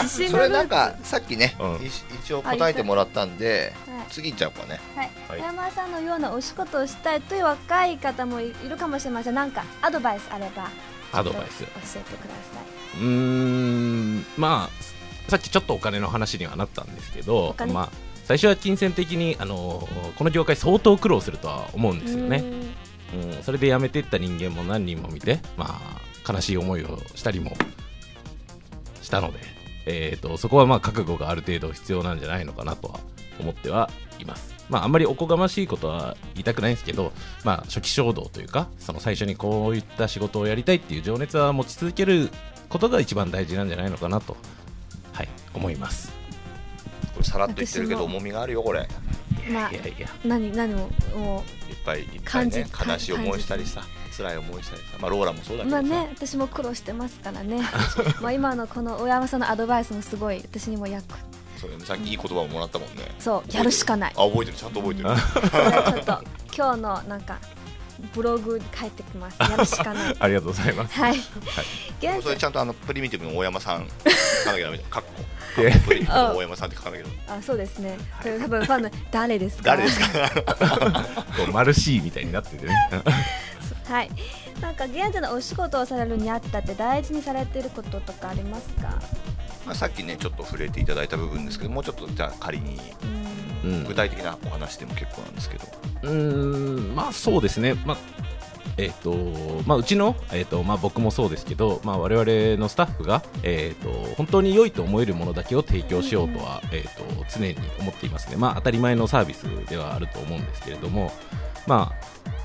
それなんかさっきね、一応答えてもらったんで、次いっちゃうかね。 小山さんのようなお仕事をしたいという若い方もいるかもしれません。なんかアドバイスあればアドバイス教えてください。 まあさっきちょっとお金の話にはなったんですけど、まあ最初は金銭的にこの業界相当苦労するとは思うんですよね。それで辞めていった人間も何人も見て、まあ、悲しい思いをしたりもしたので、そこはまあ覚悟がある程度必要なんじゃないのかなとは思ってはいます。まあ、あんまりおこがましいことは言いたくないんですけど、まあ、初期衝動というかその最初にこういった仕事をやりたいっていう情熱は持ち続けることが一番大事なんじゃないのかなと、思います。 これさらっと言ってるけど重みがあるよこれ。 まあ、何もいっぱいね、悲しい思いしたりさ、辛い思いしたりさ、まあローラもそうだけどさ、 まあね、私も苦労してますからねまあ今のこの小山さんのアドバイスもすごい私にも役。 そうさっきいい言葉をもらったもんね。 そうやるしかない。 覚えてる、ちゃんと覚えてるそれちょっと今日のなんかブログに書いてきます。やるしかないありがとうございます。 それちゃんとプリミティブの大山さん書かなきゃダメだ。カッコプリミティブの大山さんって書かなきゃダメ。 そうですね。これ多分ファンの誰ですか。 誰ですか。 マルシーみたいになっててねはい。なんか現在のお仕事をされるにあったって大事にされていることとかありますか。 まあさっきねちょっと触れていただいた部分ですけど、もうちょっとじゃあ仮に具体的なお話でも結構なんですけど。 まあそうですね。まあうちの、まあ、僕もそうですけど、まあ、我々のスタッフが、本当に良いと思えるものだけを提供しようとは、常に思っていますね。まあ、当たり前のサービスではあると思うんですけれども、まあ、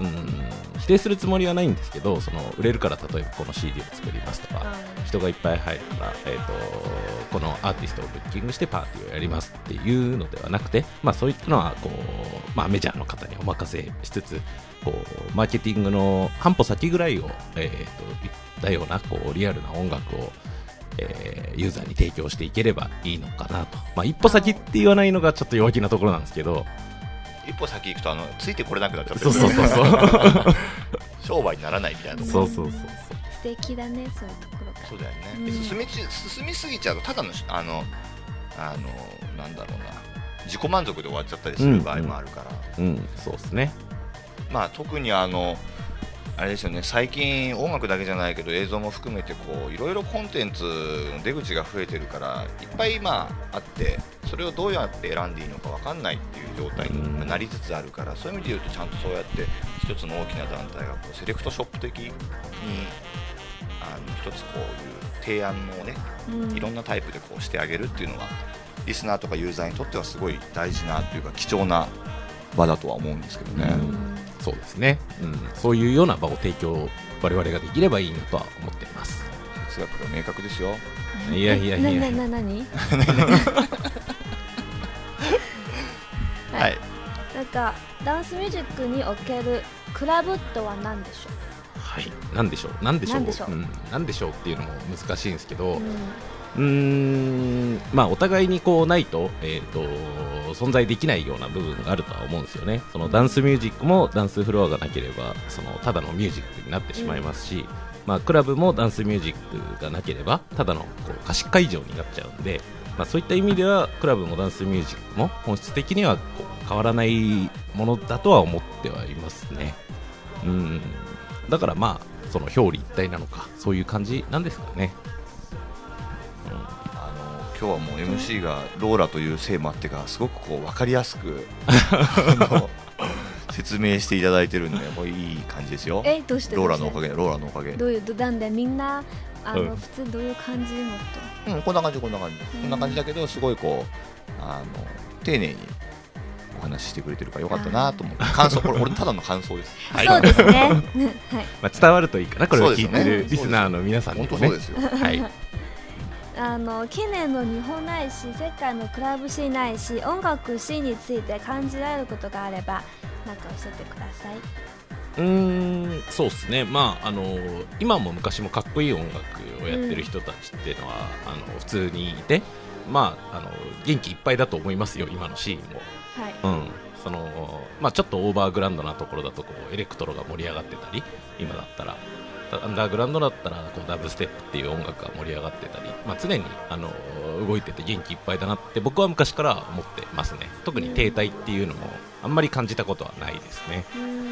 否定するつもりはないんですけど、その売れるから例えばこの CD を作りますとか、人がいっぱい入るから、このアーティストをブッキングしてパーティーをやりますっていうのではなくて、そういったのはこう、メジャーの方にお任せしつつ、こうマーケティングの半歩先ぐらいを、いったようなこうリアルな音楽を、ユーザーに提供していければいいのかなと、一歩先って言わないのがちょっと弱気なところなんですけど、 一歩先行くとついてこれなくなっちゃってそう商売にならないみたいなところ。 そう素敵だね、そういうところが。 そうだよね、進みすぎちゃうとただのなんだろうな、自己満足で終わっちゃったりする場合もあるから、 そうですね。 特にあれですよね、最近音楽だけじゃないけど映像も含めてこういろいろコンテンツの出口が増えてるからいっぱいあってそれをどうやって選んでいいのか分かんないっていう状態になりつつあるから、そういう意味で言うとちゃんとそうやって一つの大きな団体がこうセレクトショップ的に一つこういう提案をね、いろんなタイプでこうしてあげるっていうのはリスナーとかユーザーにとってはすごい大事なというか貴重な場だとは思うんですけどね。 そうですね、そういうような場を提供我々ができればいいなとは思っています。 哲学が明確ですよ。 いや何はい、 なんかダンスミュージックにおけるクラブとは何でしょう。 はい、何でしょうっていうのも難しいんですけど、お互いにこうないと、存在できないような部分があるとは思うんですよね。そのダンスミュージックもダンスフロアがなければそのただのミュージックになってしまいますし、クラブもダンスミュージックがなければただのこう貸し会場になっちゃうんで、そういった意味ではクラブもダンスミュージックも本質的にはこう変わらないものだとは思ってはいますね。だからその表裏一体なのかそういう感じなんですかね。 今日はもう MC がローラというせいもあってかすごくこう分かりやすく説明していただいてるんでもういい感じですよ。 どうしてローラのおかげどういうなんでみんな普通どういう感じもっと、こんな感じだけどすごいこう丁寧にお話ししてくれてるからよかったなと思って感想これ俺ただの感想です。 そうですね伝わるといいかなこれを聞いてるリスナーの皆さんにもね。 本当そうですよ。 近年の日本ないし世界のクラブシーンないし音楽シーンについて感じられることがあればなんか教えてください。 そうですね、今も昔もかっこいい音楽をやってる人たちっていうのは、普通にいて、元気いっぱいだと思いますよ今のシーンも。ちょっとオーバーグラウンドなところだとこうエレクトロが盛り上がってたり、今だったらアンダーグラウンドだったらこうダブステップっていう音楽が盛り上がってたり、常に動いてて元気いっぱいだなって僕は昔から思ってますね。特に停滞っていうのもあんまり感じたことはないですね。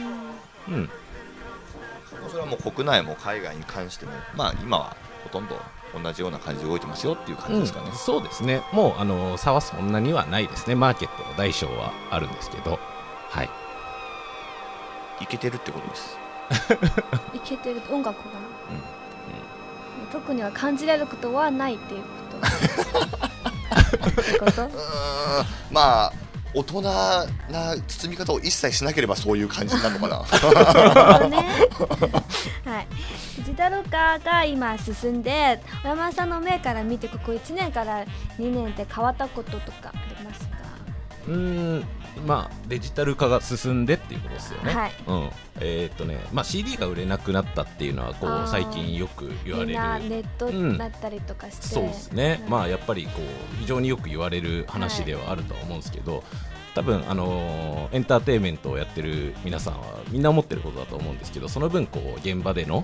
それはもう国内も海外に関しても今はほとんど同じような感じで動いてますよっていう感じですかね。 そうですね、もう差はそんなにはないですね。マーケットの大小はあるんですけど、 いけてるってことです。 いけてる音楽が、特には感じられることはないっていうこと大人な包み方を一切しなければそういう感じになるのかな。 デジタル化が今進んで小山さんの目から見てここ1年から2年で変わったこととかありますか？ デジタル化が進んでっていうことですよね。CD が売れなくなったっていうのはこう最近よく言われる、 みんなネットだったりとかして、 そうですね、やっぱりこう非常によく言われる話ではあるとは思うんですけど、多分エンターテインメントをやってる皆さんはみんな思ってることだと思うんですけど、その分こう現場での、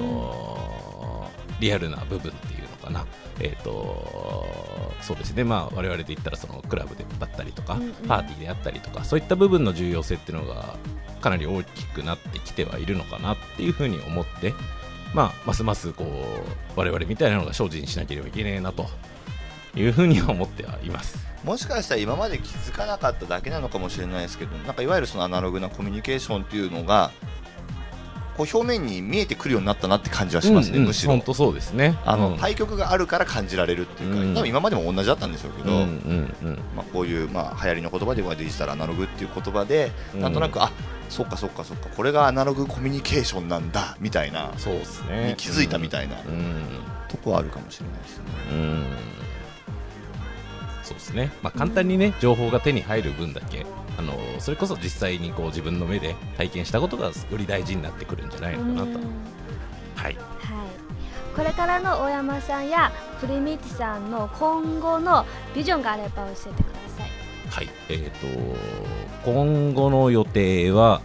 リアルな部分っていうのかな、そうですね、我々で言ったらそのクラブだったりとか、パーティーであったりとか、そういった部分の重要性っていうのがかなり大きくなってきてはいるのかなっていうふうに思って、ますますこう我々みたいなのが精進しなければいけないなというふうには思ってはいます。 もしかしたら今まで気づかなかっただけなのかもしれないですけど、いわゆるそのアナログなコミュニケーションっていうのがこう表面に見えてくるようになったなって感じはしますね、むしろ本当そうですね。 対局があるから感じられるっていうか、多分今までも同じだったんでしょうけど、こういう、流行りの言葉ではデジタルアナログっていう言葉でなんとなく、そっかこれがアナログコミュニケーションなんだみたいな、 そうですね、 に気づいたみたいな、とこはあるかもしれないですね。 そうですね、簡単にね情報が手に入る分だけそれこそ実際にこう自分の目で体験したことがより大事になってくるんじゃないのかなと。はい、 これからの大山さんやプリミティさんの今後のビジョンがあれば教えてください。 はい、今後の予定は、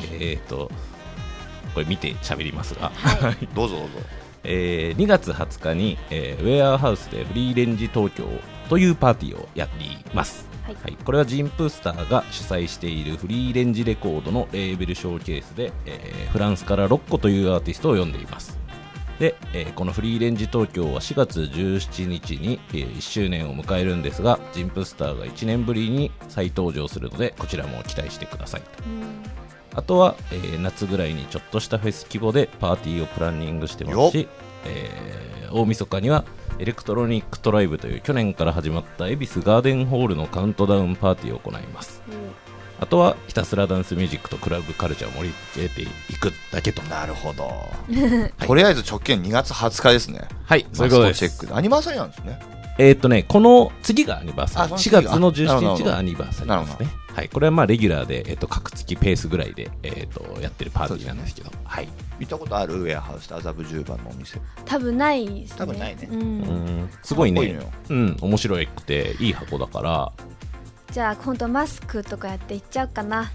これ見て喋りますが、 どうぞ 2月20日に、ウェアハウスでフリーレンジ東京というパーティーをやります。これはジンプスターが主催しているフリーレンジレコードのレーベルショーケースで、フランスからロッコというアーティストを呼んでいます。で、このフリーレンジ東京は4月17日に、1周年を迎えるんですが、ジンプスターが1年ぶりに再登場するのでこちらも期待してくださいと。あとは、夏ぐらいにちょっとしたフェス規模でパーティーをプランニングしてますし、大晦日にはエレクトロニックトライブという去年から始まった恵比寿ガーデンホールのカウントダウンパーティーを行います。あとはひたすらダンスミュージックとクラブカルチャーを盛り上げていくだけと。 なるほどとりあえず直近2月20日ですね。 はい、そういうことです。 チェックアニバーサリーなんですね。 この次がアニバーサリー、4月の17日がアニバーサリーですね。はい、これはレギュラーで、各月ペースぐらいで、やってるパーティーなんですけど、 見たことあるウェアハウスと麻布十番のお店。 多分ないですね。 多分ないね。 すごいね、面白くていい箱だから。 じゃあ今度マスクとかやっていっちゃうかな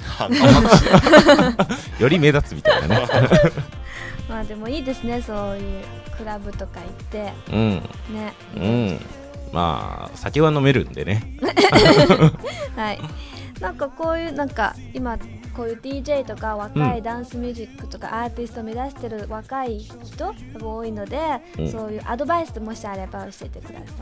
より目立つみたいなねでもいいですね、そういうクラブとか行ってね、酒は飲めるんでねはい、なんかこういう今こういう DJ とか若いダンスミュージックとかアーティストを目指してる若い人が多いので、そういうアドバイスもしあれば教えてください。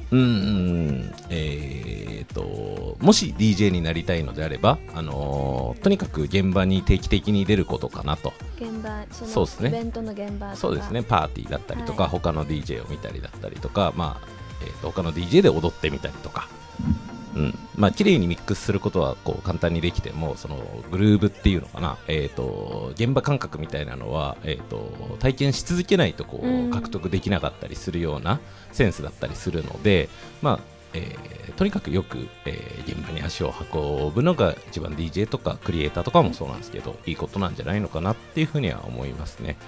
もし DJ になりたいのであれば、とにかく現場に定期的に出ることかなと。 現場、 そうですね、 イベントの現場とか、 そうですね、パーティーだったりとか、他の DJ を見たりだったりとか、他の DJ で踊ってみたりとか、綺麗にミックスすることはこう簡単にできても、そのグルーブっていうのかな、現場感覚みたいなのは、体験し続けないとこう獲得できなかったりするようなセンスだったりするので、とにかくよく、現場に足を運ぶのが一番 DJ とかクリエイターとかもそうなんですけど、いいことなんじゃないのかなっていうふうには思いますね。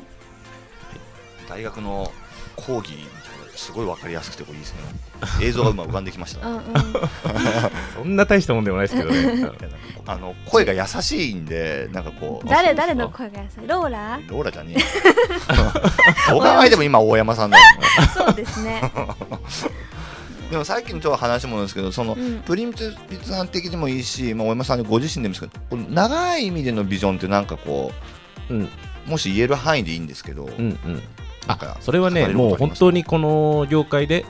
大学の講義すごい分かりやすくていいですね。映像が今浮かんできました。 そんな大したもんでもないですけどね声が優しいんで、なんかこう誰の声が優しい？ローラじゃねえどう考えても今大山さんだよねそうですねでもさっきのちょっと話もなんですけど、その、プリミティさん的にもいいし、大山さんご自身でもですけど、この長い意味でのビジョンってなんかこう、もし言える範囲でいいんですけど、 それはね、もう本当にこの業界で、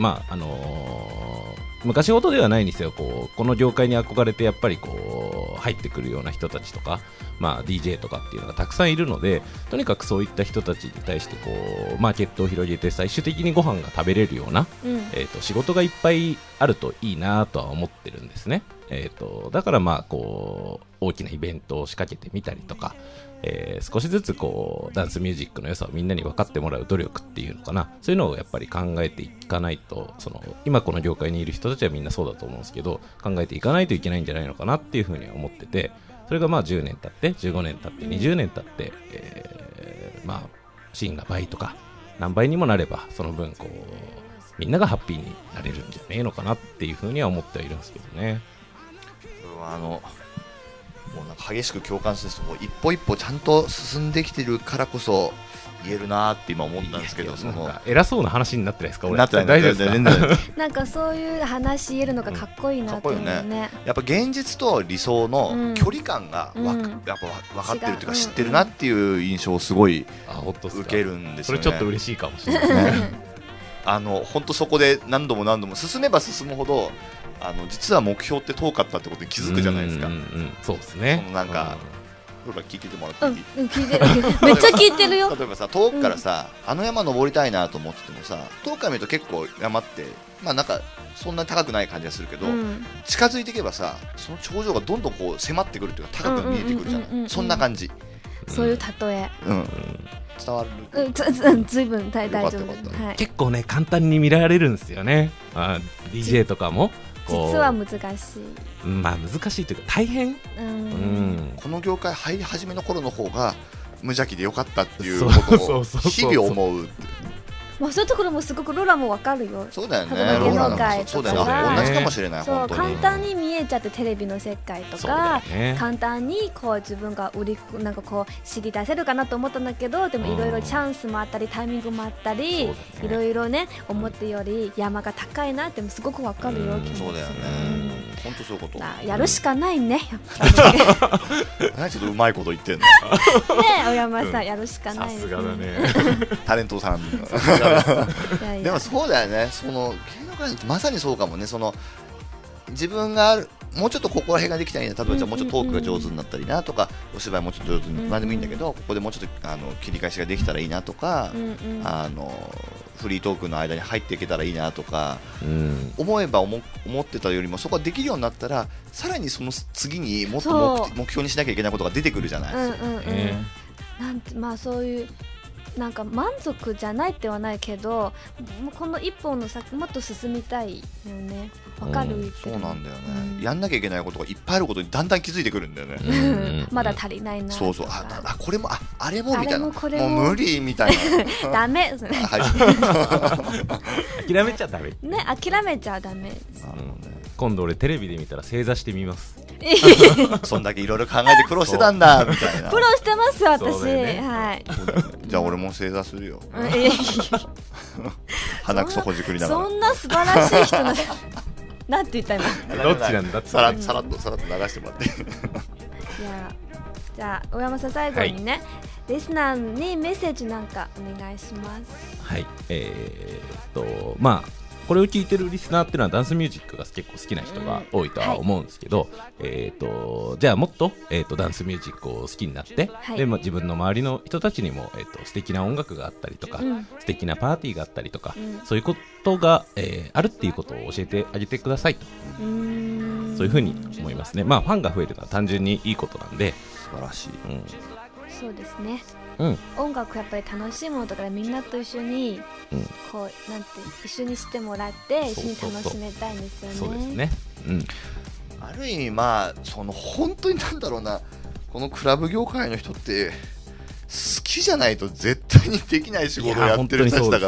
昔ほどではないにせよ、この業界に憧れてやっぱりこう入ってくるような人たちとか、DJ とかっていうのがたくさんいるので、とにかくそういった人たちに対してこうマーケットを広げて最終的にご飯が食べれるような、仕事がいっぱいあるといいなとは思ってるんですね。だからこう大きなイベントを仕掛けてみたりとか、少しずつこうダンスミュージックの良さをみんなに分かってもらう努力っていうのかな、そういうのをやっぱり考えていかないと、今この業界にいる人たちはみんなそうだと思うんですけど、考えていかないといけないんじゃないのかなっていうふうには思ってて、それが10年経って15年経って20年経って、シーンが倍とか何倍にもなれば、その分こうみんながハッピーになれるんじゃねえのかなっていうふうには思ってはいるんですけどね。 もうなんか激しく共感すると、一歩一歩ちゃんと進んできてるからこそ言えるなって今思ったんですけど、 なんか偉そうな話になってないですか？俺なってない、 大丈夫ですか？ なんかそういう話言えるのがかっこいいなって思うね。 やっぱ現実と理想の距離感がやっぱ分かってるっていうか知ってるなっていう印象をすごい受けるんですよね。 それちょっと嬉しいかもしれないですね。 本当そこで何度も進めば進むほど実は目標って遠かったってことに気づくじゃないですか。 そうですね。 なんかローラ聞いててもらっていい？ 聞いてるめっちゃ聞いてるよ。 例えばさ、遠くからさ、あの山登りたいなと思っててもさ、遠くから見ると結構山ってまあなんかそんなに高くない感じがするけど、近づいていけばさ、その頂上がどんどんこう迫ってくるっていうか、高く見えてくるじゃない。そんな感じ。 そういう例え、 伝わる？ ずいぶん大丈夫。 結構ね簡単に見られるんですよね。DJ とかも実は難しい。 まあ難しいというか大変。 この業界入り始めの頃の方が無邪気でよかったっていうことを日々思う。 まあそういうところもすごくローラもわかるよ。 そうだよね。 芸能界とかが同じかもしれない。 そう簡単に見えちゃってテレビの世界とか、簡単にこう自分がなんかこう知り出せるかなと思ったんだけど、でもいろいろチャンスもあったりタイミングもあったり、いろいろね思ってより山が高いなってすごくわかるよ。 そうだよね。本当そういうこと。 やるしかないね。 何ちょっとうまいこと言ってんの。 ねえ小山さんやるしかないです。 さすがだね。 タレントさん。でもそうだよね。その芸能界ってまさにそうかもね。その自分がもうちょっとここら辺ができたらいいな。例えばじゃあもうちょっとトークが上手になったりなとか、お芝居もうちょっと上手に何でもいいんだけど、ここでもうちょっと切り返しができたらいいなとか、フリートークの間に入っていけたらいいなとか、思えば思ってたよりもそこができるようになったら、さらにその次にもっと目標にしなきゃいけないことが出てくるじゃない。 なんてまあそういうなんか満足じゃないってはないけど、この一本の先もっと進みたいよね。わかる？ そうなんだよね。やんなきゃいけないことがいっぱいあることにだんだん気づいてくるんだよね。 まだ足りないな。 そうそう。これもあれもみたいな。もう無理みたいな。 ダメ。 諦めちゃダメ。 ね、諦めちゃダメ。 今度俺テレビで見たら正座してみます。 そんだけいろいろ考えて苦労してたんだみたいな。 苦労してます私。はい。 じゃあ俺も正座するよ。鼻くそほじくりながら。 そんな素晴らしい人なんて言った今。 どっちなんだって。 さらっと流してもらって。 じゃあ小山さん最後にね、リスナーにメッセージなんかお願いします。 はい。まあこれを聞いてるリスナーっていうのはダンスミュージックが結構好きな人が多いとは思うんですけど、じゃあもっと、ダンスミュージックを好きになって、で自分の周りの人たちにも、素敵な音楽があったりとか、素敵なパーティーがあったりとか、そういうことが、あるっていうことを教えてあげてくださいと、そういうふうに思いますね。まあファンが増えるのは単純にいいことなんで素晴らしい。 そうですね。音楽やっぱり楽しいものとかでみんなと一緒に、こうなんて一緒にしてもらって一緒に楽しめたいんですよね。 そうですね。 ある意味まあその本当になんだろうな、このクラブ業界の人って好きじゃないと絶対にできない仕事をやってる人たちだから、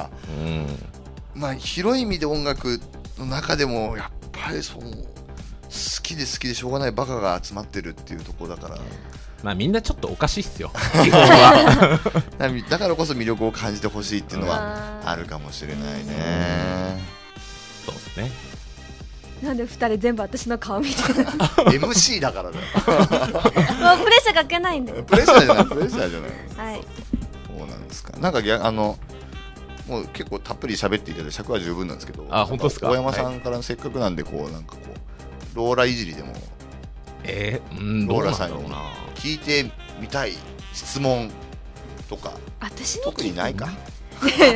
まあ広い意味で音楽の中でもやっぱりその好きでしょうがないバカが集まってるっていうところだから。 まあみんなちょっとおかしいっすよ基本は。 だからこそ魅力を感じてほしいっていうのはあるかもしれないね。 そうですね。 なんで2人全部私の顔見てる MC だからだよ。 もうプレッシャーかけないんで。 プレッシャーじゃない。はい。そうなんですか。なんかもう結構たっぷり喋っていただいて尺は十分なんですけど。 本当ですか。 大山さんからせっかくなんでこうなんかこうローラいじりでも。 ローラさんに聞いてみたい質問とか特にないか。 失礼でしょ。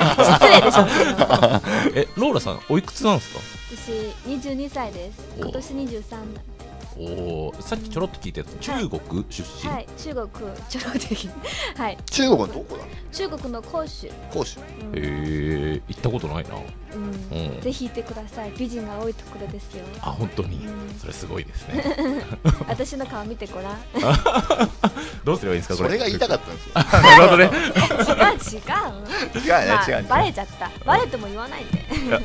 ローラさんおいくつなんですか。 私22歳です。今年23だ。 さっきちょろっと聞いたやつ、中国出身。 はい、中国ちょろっとはい。 中国はどこだ。 中国の広州。 行ったことないな。 ぜひ行ってください。美人が多いところですよ。 本当に、それすごいですね。 私の顔見てごらん。 どうすればいいんですかこれ。 それが言いたかったんですよ。 なるほどね。 違う。バレちゃった。バレても言わないで。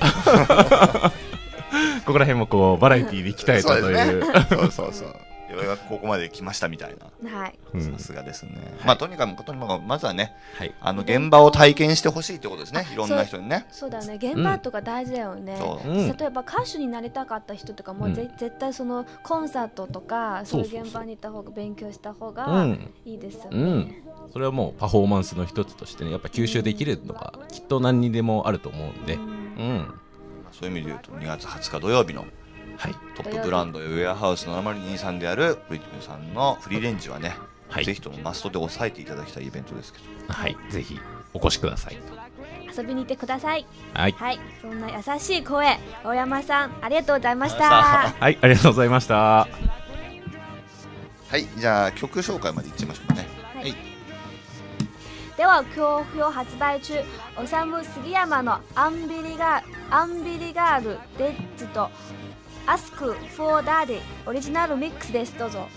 ここら辺もこうバラエティーで鍛えたという。 そう。ようやくここまで来ましたみたいな。 はい。 さすがですね。まあとにかくまずはね、現場を体験してほしいってことですね。いろんな人にね。 そうだね。現場とか大事だよね。例えば歌手になりたかった人とかも絶対そのコンサートとかそういう現場に行った方が勉強した方がいいですよね。 それはもうパフォーマンスの一つとしてね、やっぱ吸収できるのがきっと何にでもあると思うんで。 そういう意味で言うと2月20日土曜日のトップブランドウェアハウス7023であるブリティブさんのフリーレンジはね、 はい、 ぜひともマストで押さえていただきたいイベントですけど、 はい、ぜひお越しください。 遊びに行ってください。 はい、 はい、そんな優しい声、大山さんありがとうございました。 はい、ありがとうございました。はい、じゃあ曲紹介までいっちゃいましょうかね。 はい、では好評発売中、おさむ杉山のアンビリガールデッズと Ask for Daddy オリジナルミックスです。どうぞ。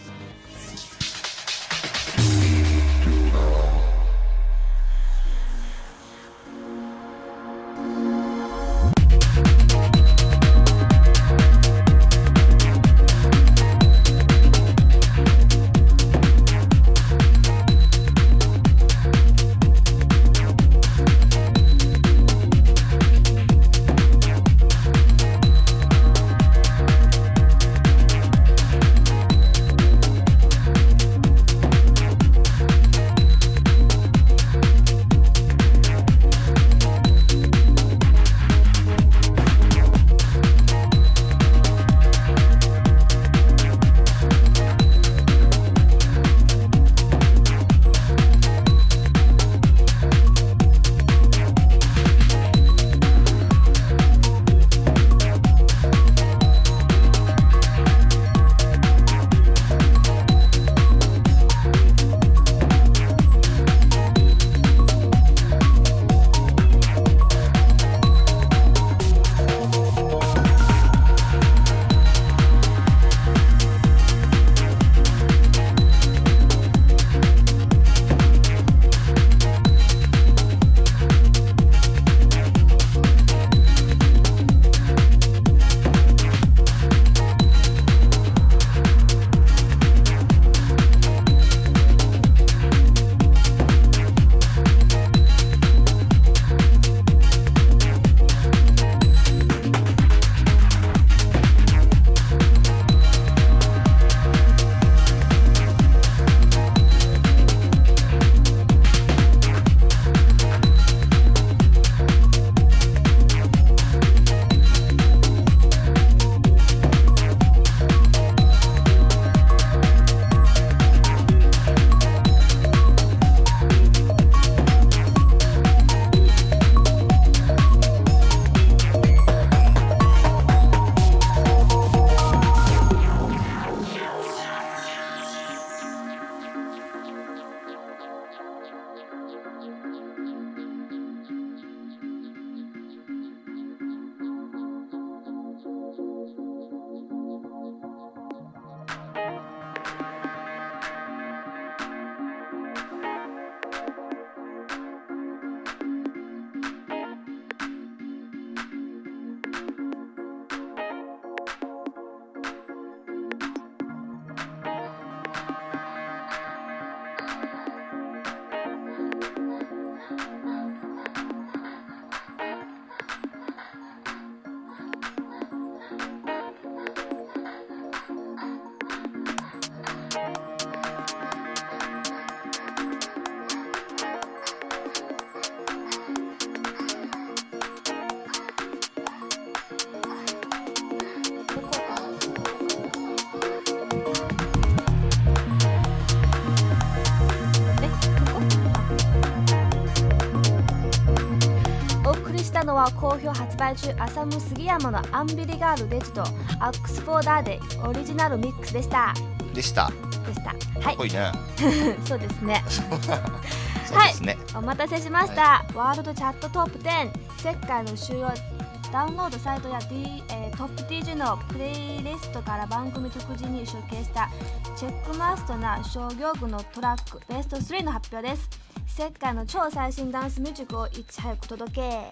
のは好評発売中、アサム杉山のアンビリガールデジとアックスフォーダーデイオリジナルミックスでした。はい、 かっこいいねそうですねそうですね、 はい、お待たせしました、ワールドチャットトップ10、世界の主要ダウンロードサイトや、トップ DJ のプレイリストから番組特次に集計したチェックマストな商業部のトラックベスト3の発表です。世界の超最新ダンスミュージックをいち早く届け。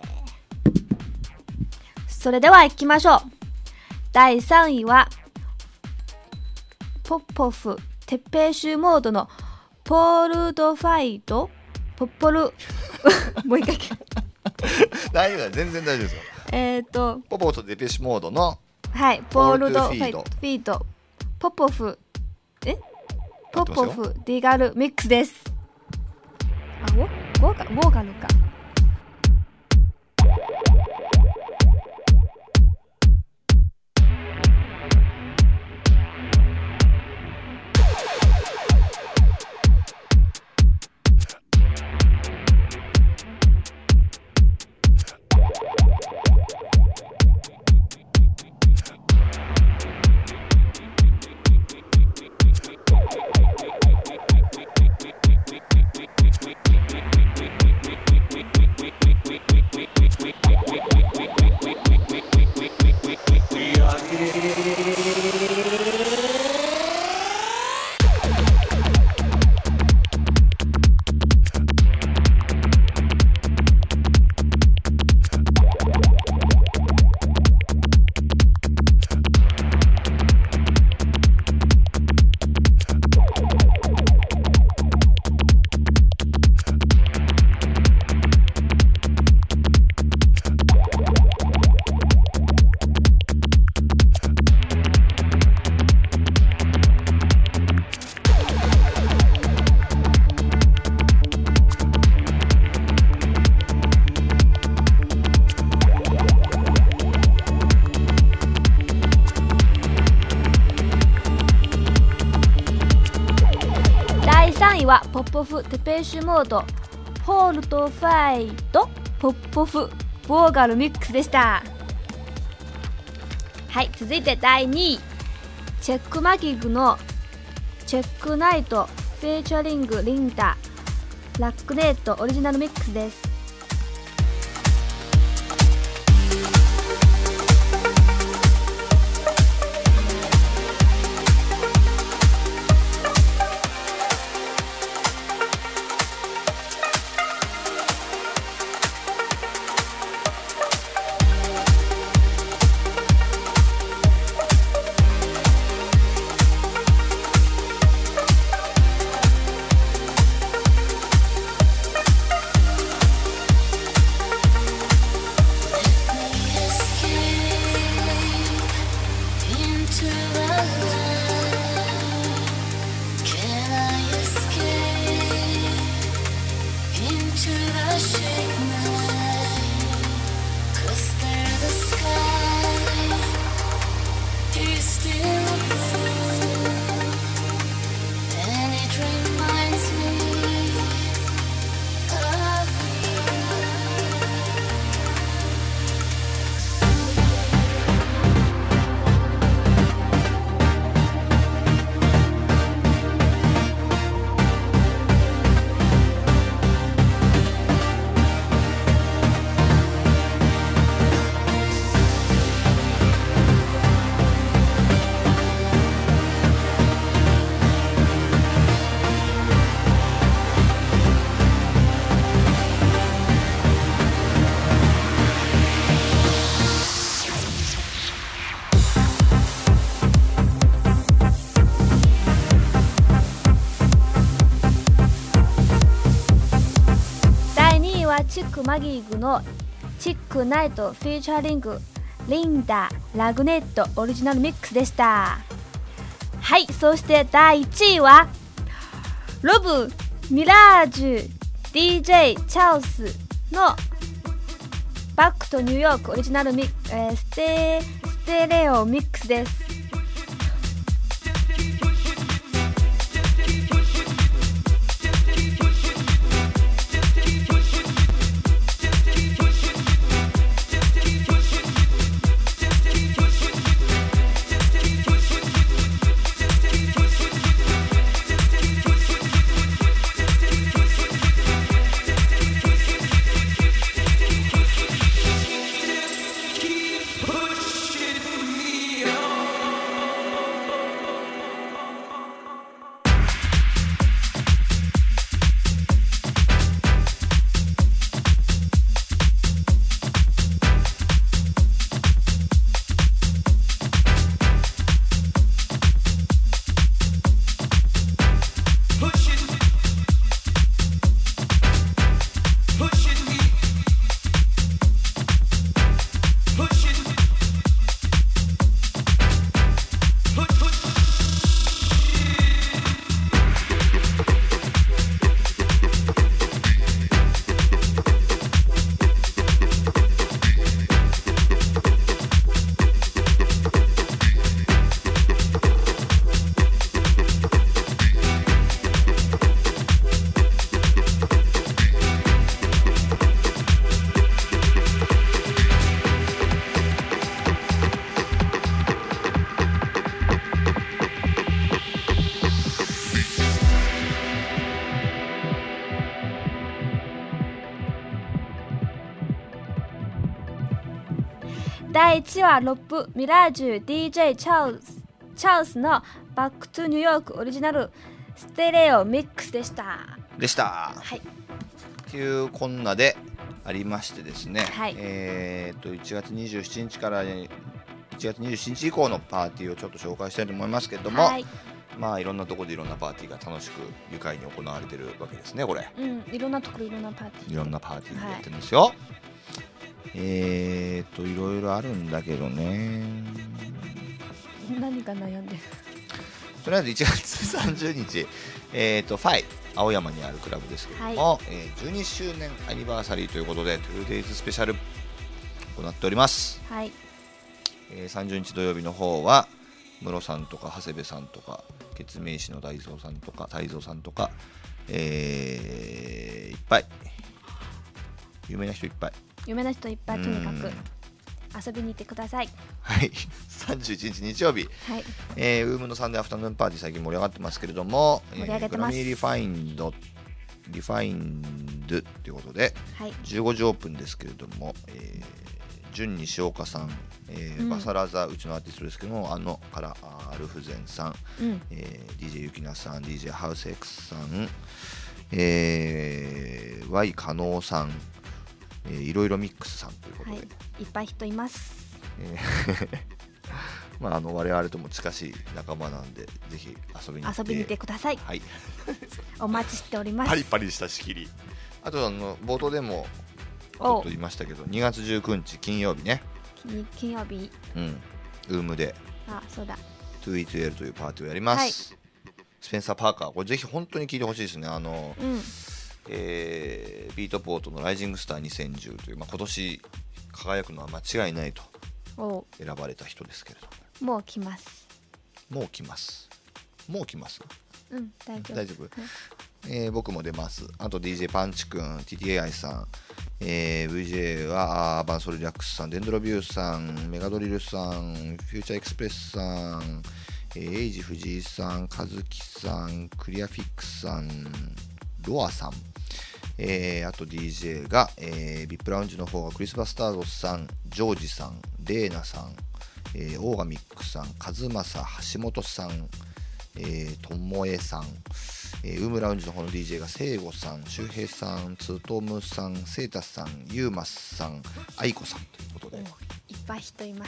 それでは行きましょう。第3位はポッポフ鉄平集モードのポールドファイトポッポルもう一回大丈夫だ、全然大丈夫ですよ。ポポとデペシモードのはい、ポールドフィートポポフディガルミックスです。あ、ウォーガルか。 はポップオフテペッシュモードホールとファイトポップオフボーガルミックスでした。はい、続いて第2位、チェックマギグのチェックナイトフィーチャリングリンダラックネットオリジナルミックスです。チックマギーグのチックナイトフィーチャリングリンダラグネットオリジナルミックスでした。はい、そして第1位はロブミラージュ DJ チャオスのバックとニューヨークオリジナルステレオミックスです。第1位はロップミラージュ DJ チャウスのバックトゥニューヨークオリジナルステレオミックスでした。 はい。というこんなでありましてですね、はい、1月27日から1月27日以降のパーティーをちょっと紹介したいと思いますけども、はい、まあいろんなところでいろんなパーティーが楽しく愉快に行われてるわけですね、これ。 いろんなところいろんなパーティー。 いろんなパーティーやってるんですよ。はい、いろいろあるんだけどね。 何が悩んでる？ とりあえず1月30日、ファイ青山にあるクラブですけども、はい、12周年アニバーサリーということで 2days スペシャル行っております。はい、30日土曜日の方はムロさんとか長谷部さんとかケツメイシの大蔵さんとか太蔵さんとかいっぱい有名な人いっぱい有名な人いっぱい、とにかく遊びに行ってください。 はい31日日曜日、 はい、 ウームのサンデーアフタヌーンパーティー最近盛り上がってますけれども、 盛り上げてます。 グラミーリファインドということで、 はい、 15時オープンですけれども、純西岡さん、バサラザうちのアーティストですけども、からアルフゼンさん、DJ ゆきなさん、 DJ ハウス X さん、Y 加納さん、いろいろミックスさんということで、 はい、いっぱい人います。 まあ、我々とも近しい仲間なんで、ぜひ遊びに行ってください。 はい、 お待ちしております。 パリパリした仕切り。あと冒頭でもちょっと言いましたけど、2月19日金曜日ね、 金曜日、 ウームでそうだ 2E2L というパーティーをやります、はい、スペンサー・パーカー、これぜひ本当に聞いてほしいですね。ビートポートのライジングスター2010という、今年輝くのは間違いないと選ばれた人ですけれども、もう来ます。 もう来ます大丈夫、僕も出ます。あと DJ パンチくん、 TTAI さん、VJ はアーバンソルリャックスさん、デンドロビューさん、メガドリルさん、フューチャーエクスプレスさん、エイジ藤井さん、カズキさん、クリアフィックスさん、ロアさん、あと DJ が、ビップラウンジの方がクリス・バスタードさん、ジョージさん、レーナさん、オーガミックさん、カズマサ、橋本さん、ともえさん、ウームラウンジの方の DJ がセイゴさん、周平さん、ツトムさん、セータさん、ユーマスさん、アイコさんということで、 いっぱい人います。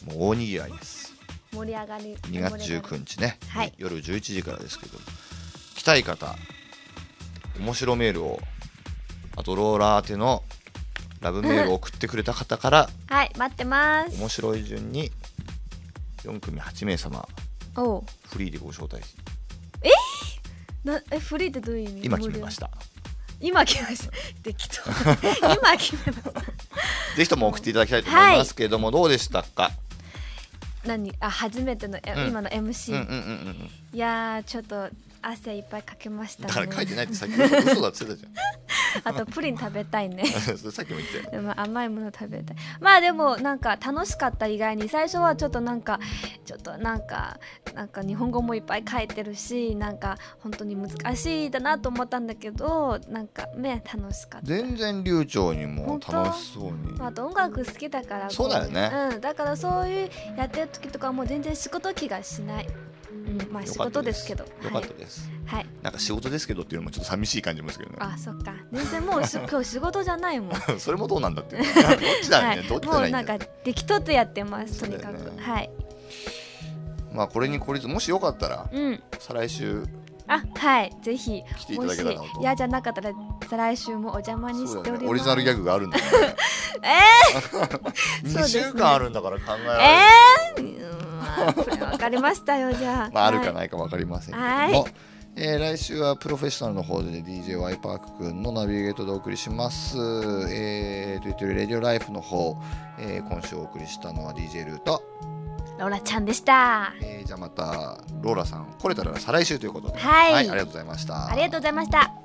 もう大にぎわいです。 盛り上がる。 2月19日ね、 はい、 夜11時からですけど、来たい方、面白メールを、あとローラー宛てのラブメールを送ってくれた方からはい待ってます。 面白い順に4組8名様フリーでご招待。 フリーってどういう意味？ 今決めました。 今決めました適当今決めました。 ぜひとも送っていただきたいと思いますけれども、どうでしたか？ 初めての、今の MC、いやーちょっと汗いっぱいかけましたね。 だから書いてないってさっき嘘だって言ってたじゃん。 あとプリン食べたいね。 さっきも言って。 でも甘いもの食べたい。まあでもなんか楽しかった。意外に最初はちょっとなんか日本語もいっぱい書いてるし、なんか本当に難しいだなと思ったんだけど、なんかね楽しかった。 全然流暢にも楽しそうに。 あと音楽好きだから。 そうだよね。 だからそういうやってる時とかはもう全然仕事気がしない。まあ仕事ですけど。 よかったです。 はい。 なんか仕事ですけどっていうのもちょっと寂しい感じますけどね。 そっか。全然もう今日仕事じゃないもん。 それもどうなんだって。どっちだね。どっちだね。 もうなんか適当とやってますとにかく。はい。 まあこれに懲りず、もしよかったら再来週。 はいぜひ来ていただけたらなと。 もし嫌じゃなかったら再来週もお邪魔にしております。 オリジナルギャグがあるんだ。2週間あるんだから考えられる。 それ分かりましたよ。じゃあ、あるかないか分かりませんけども、来週はプロフェッショナルの方で DJ ワイパーク君のナビゲートでお送りします。レディオライフの方、今週お送りしたのは DJ ルーとローラちゃんでした。 じゃあまたローラさん来れたら再来週ということで、 はい、 ありがとうございました。 ありがとうございました。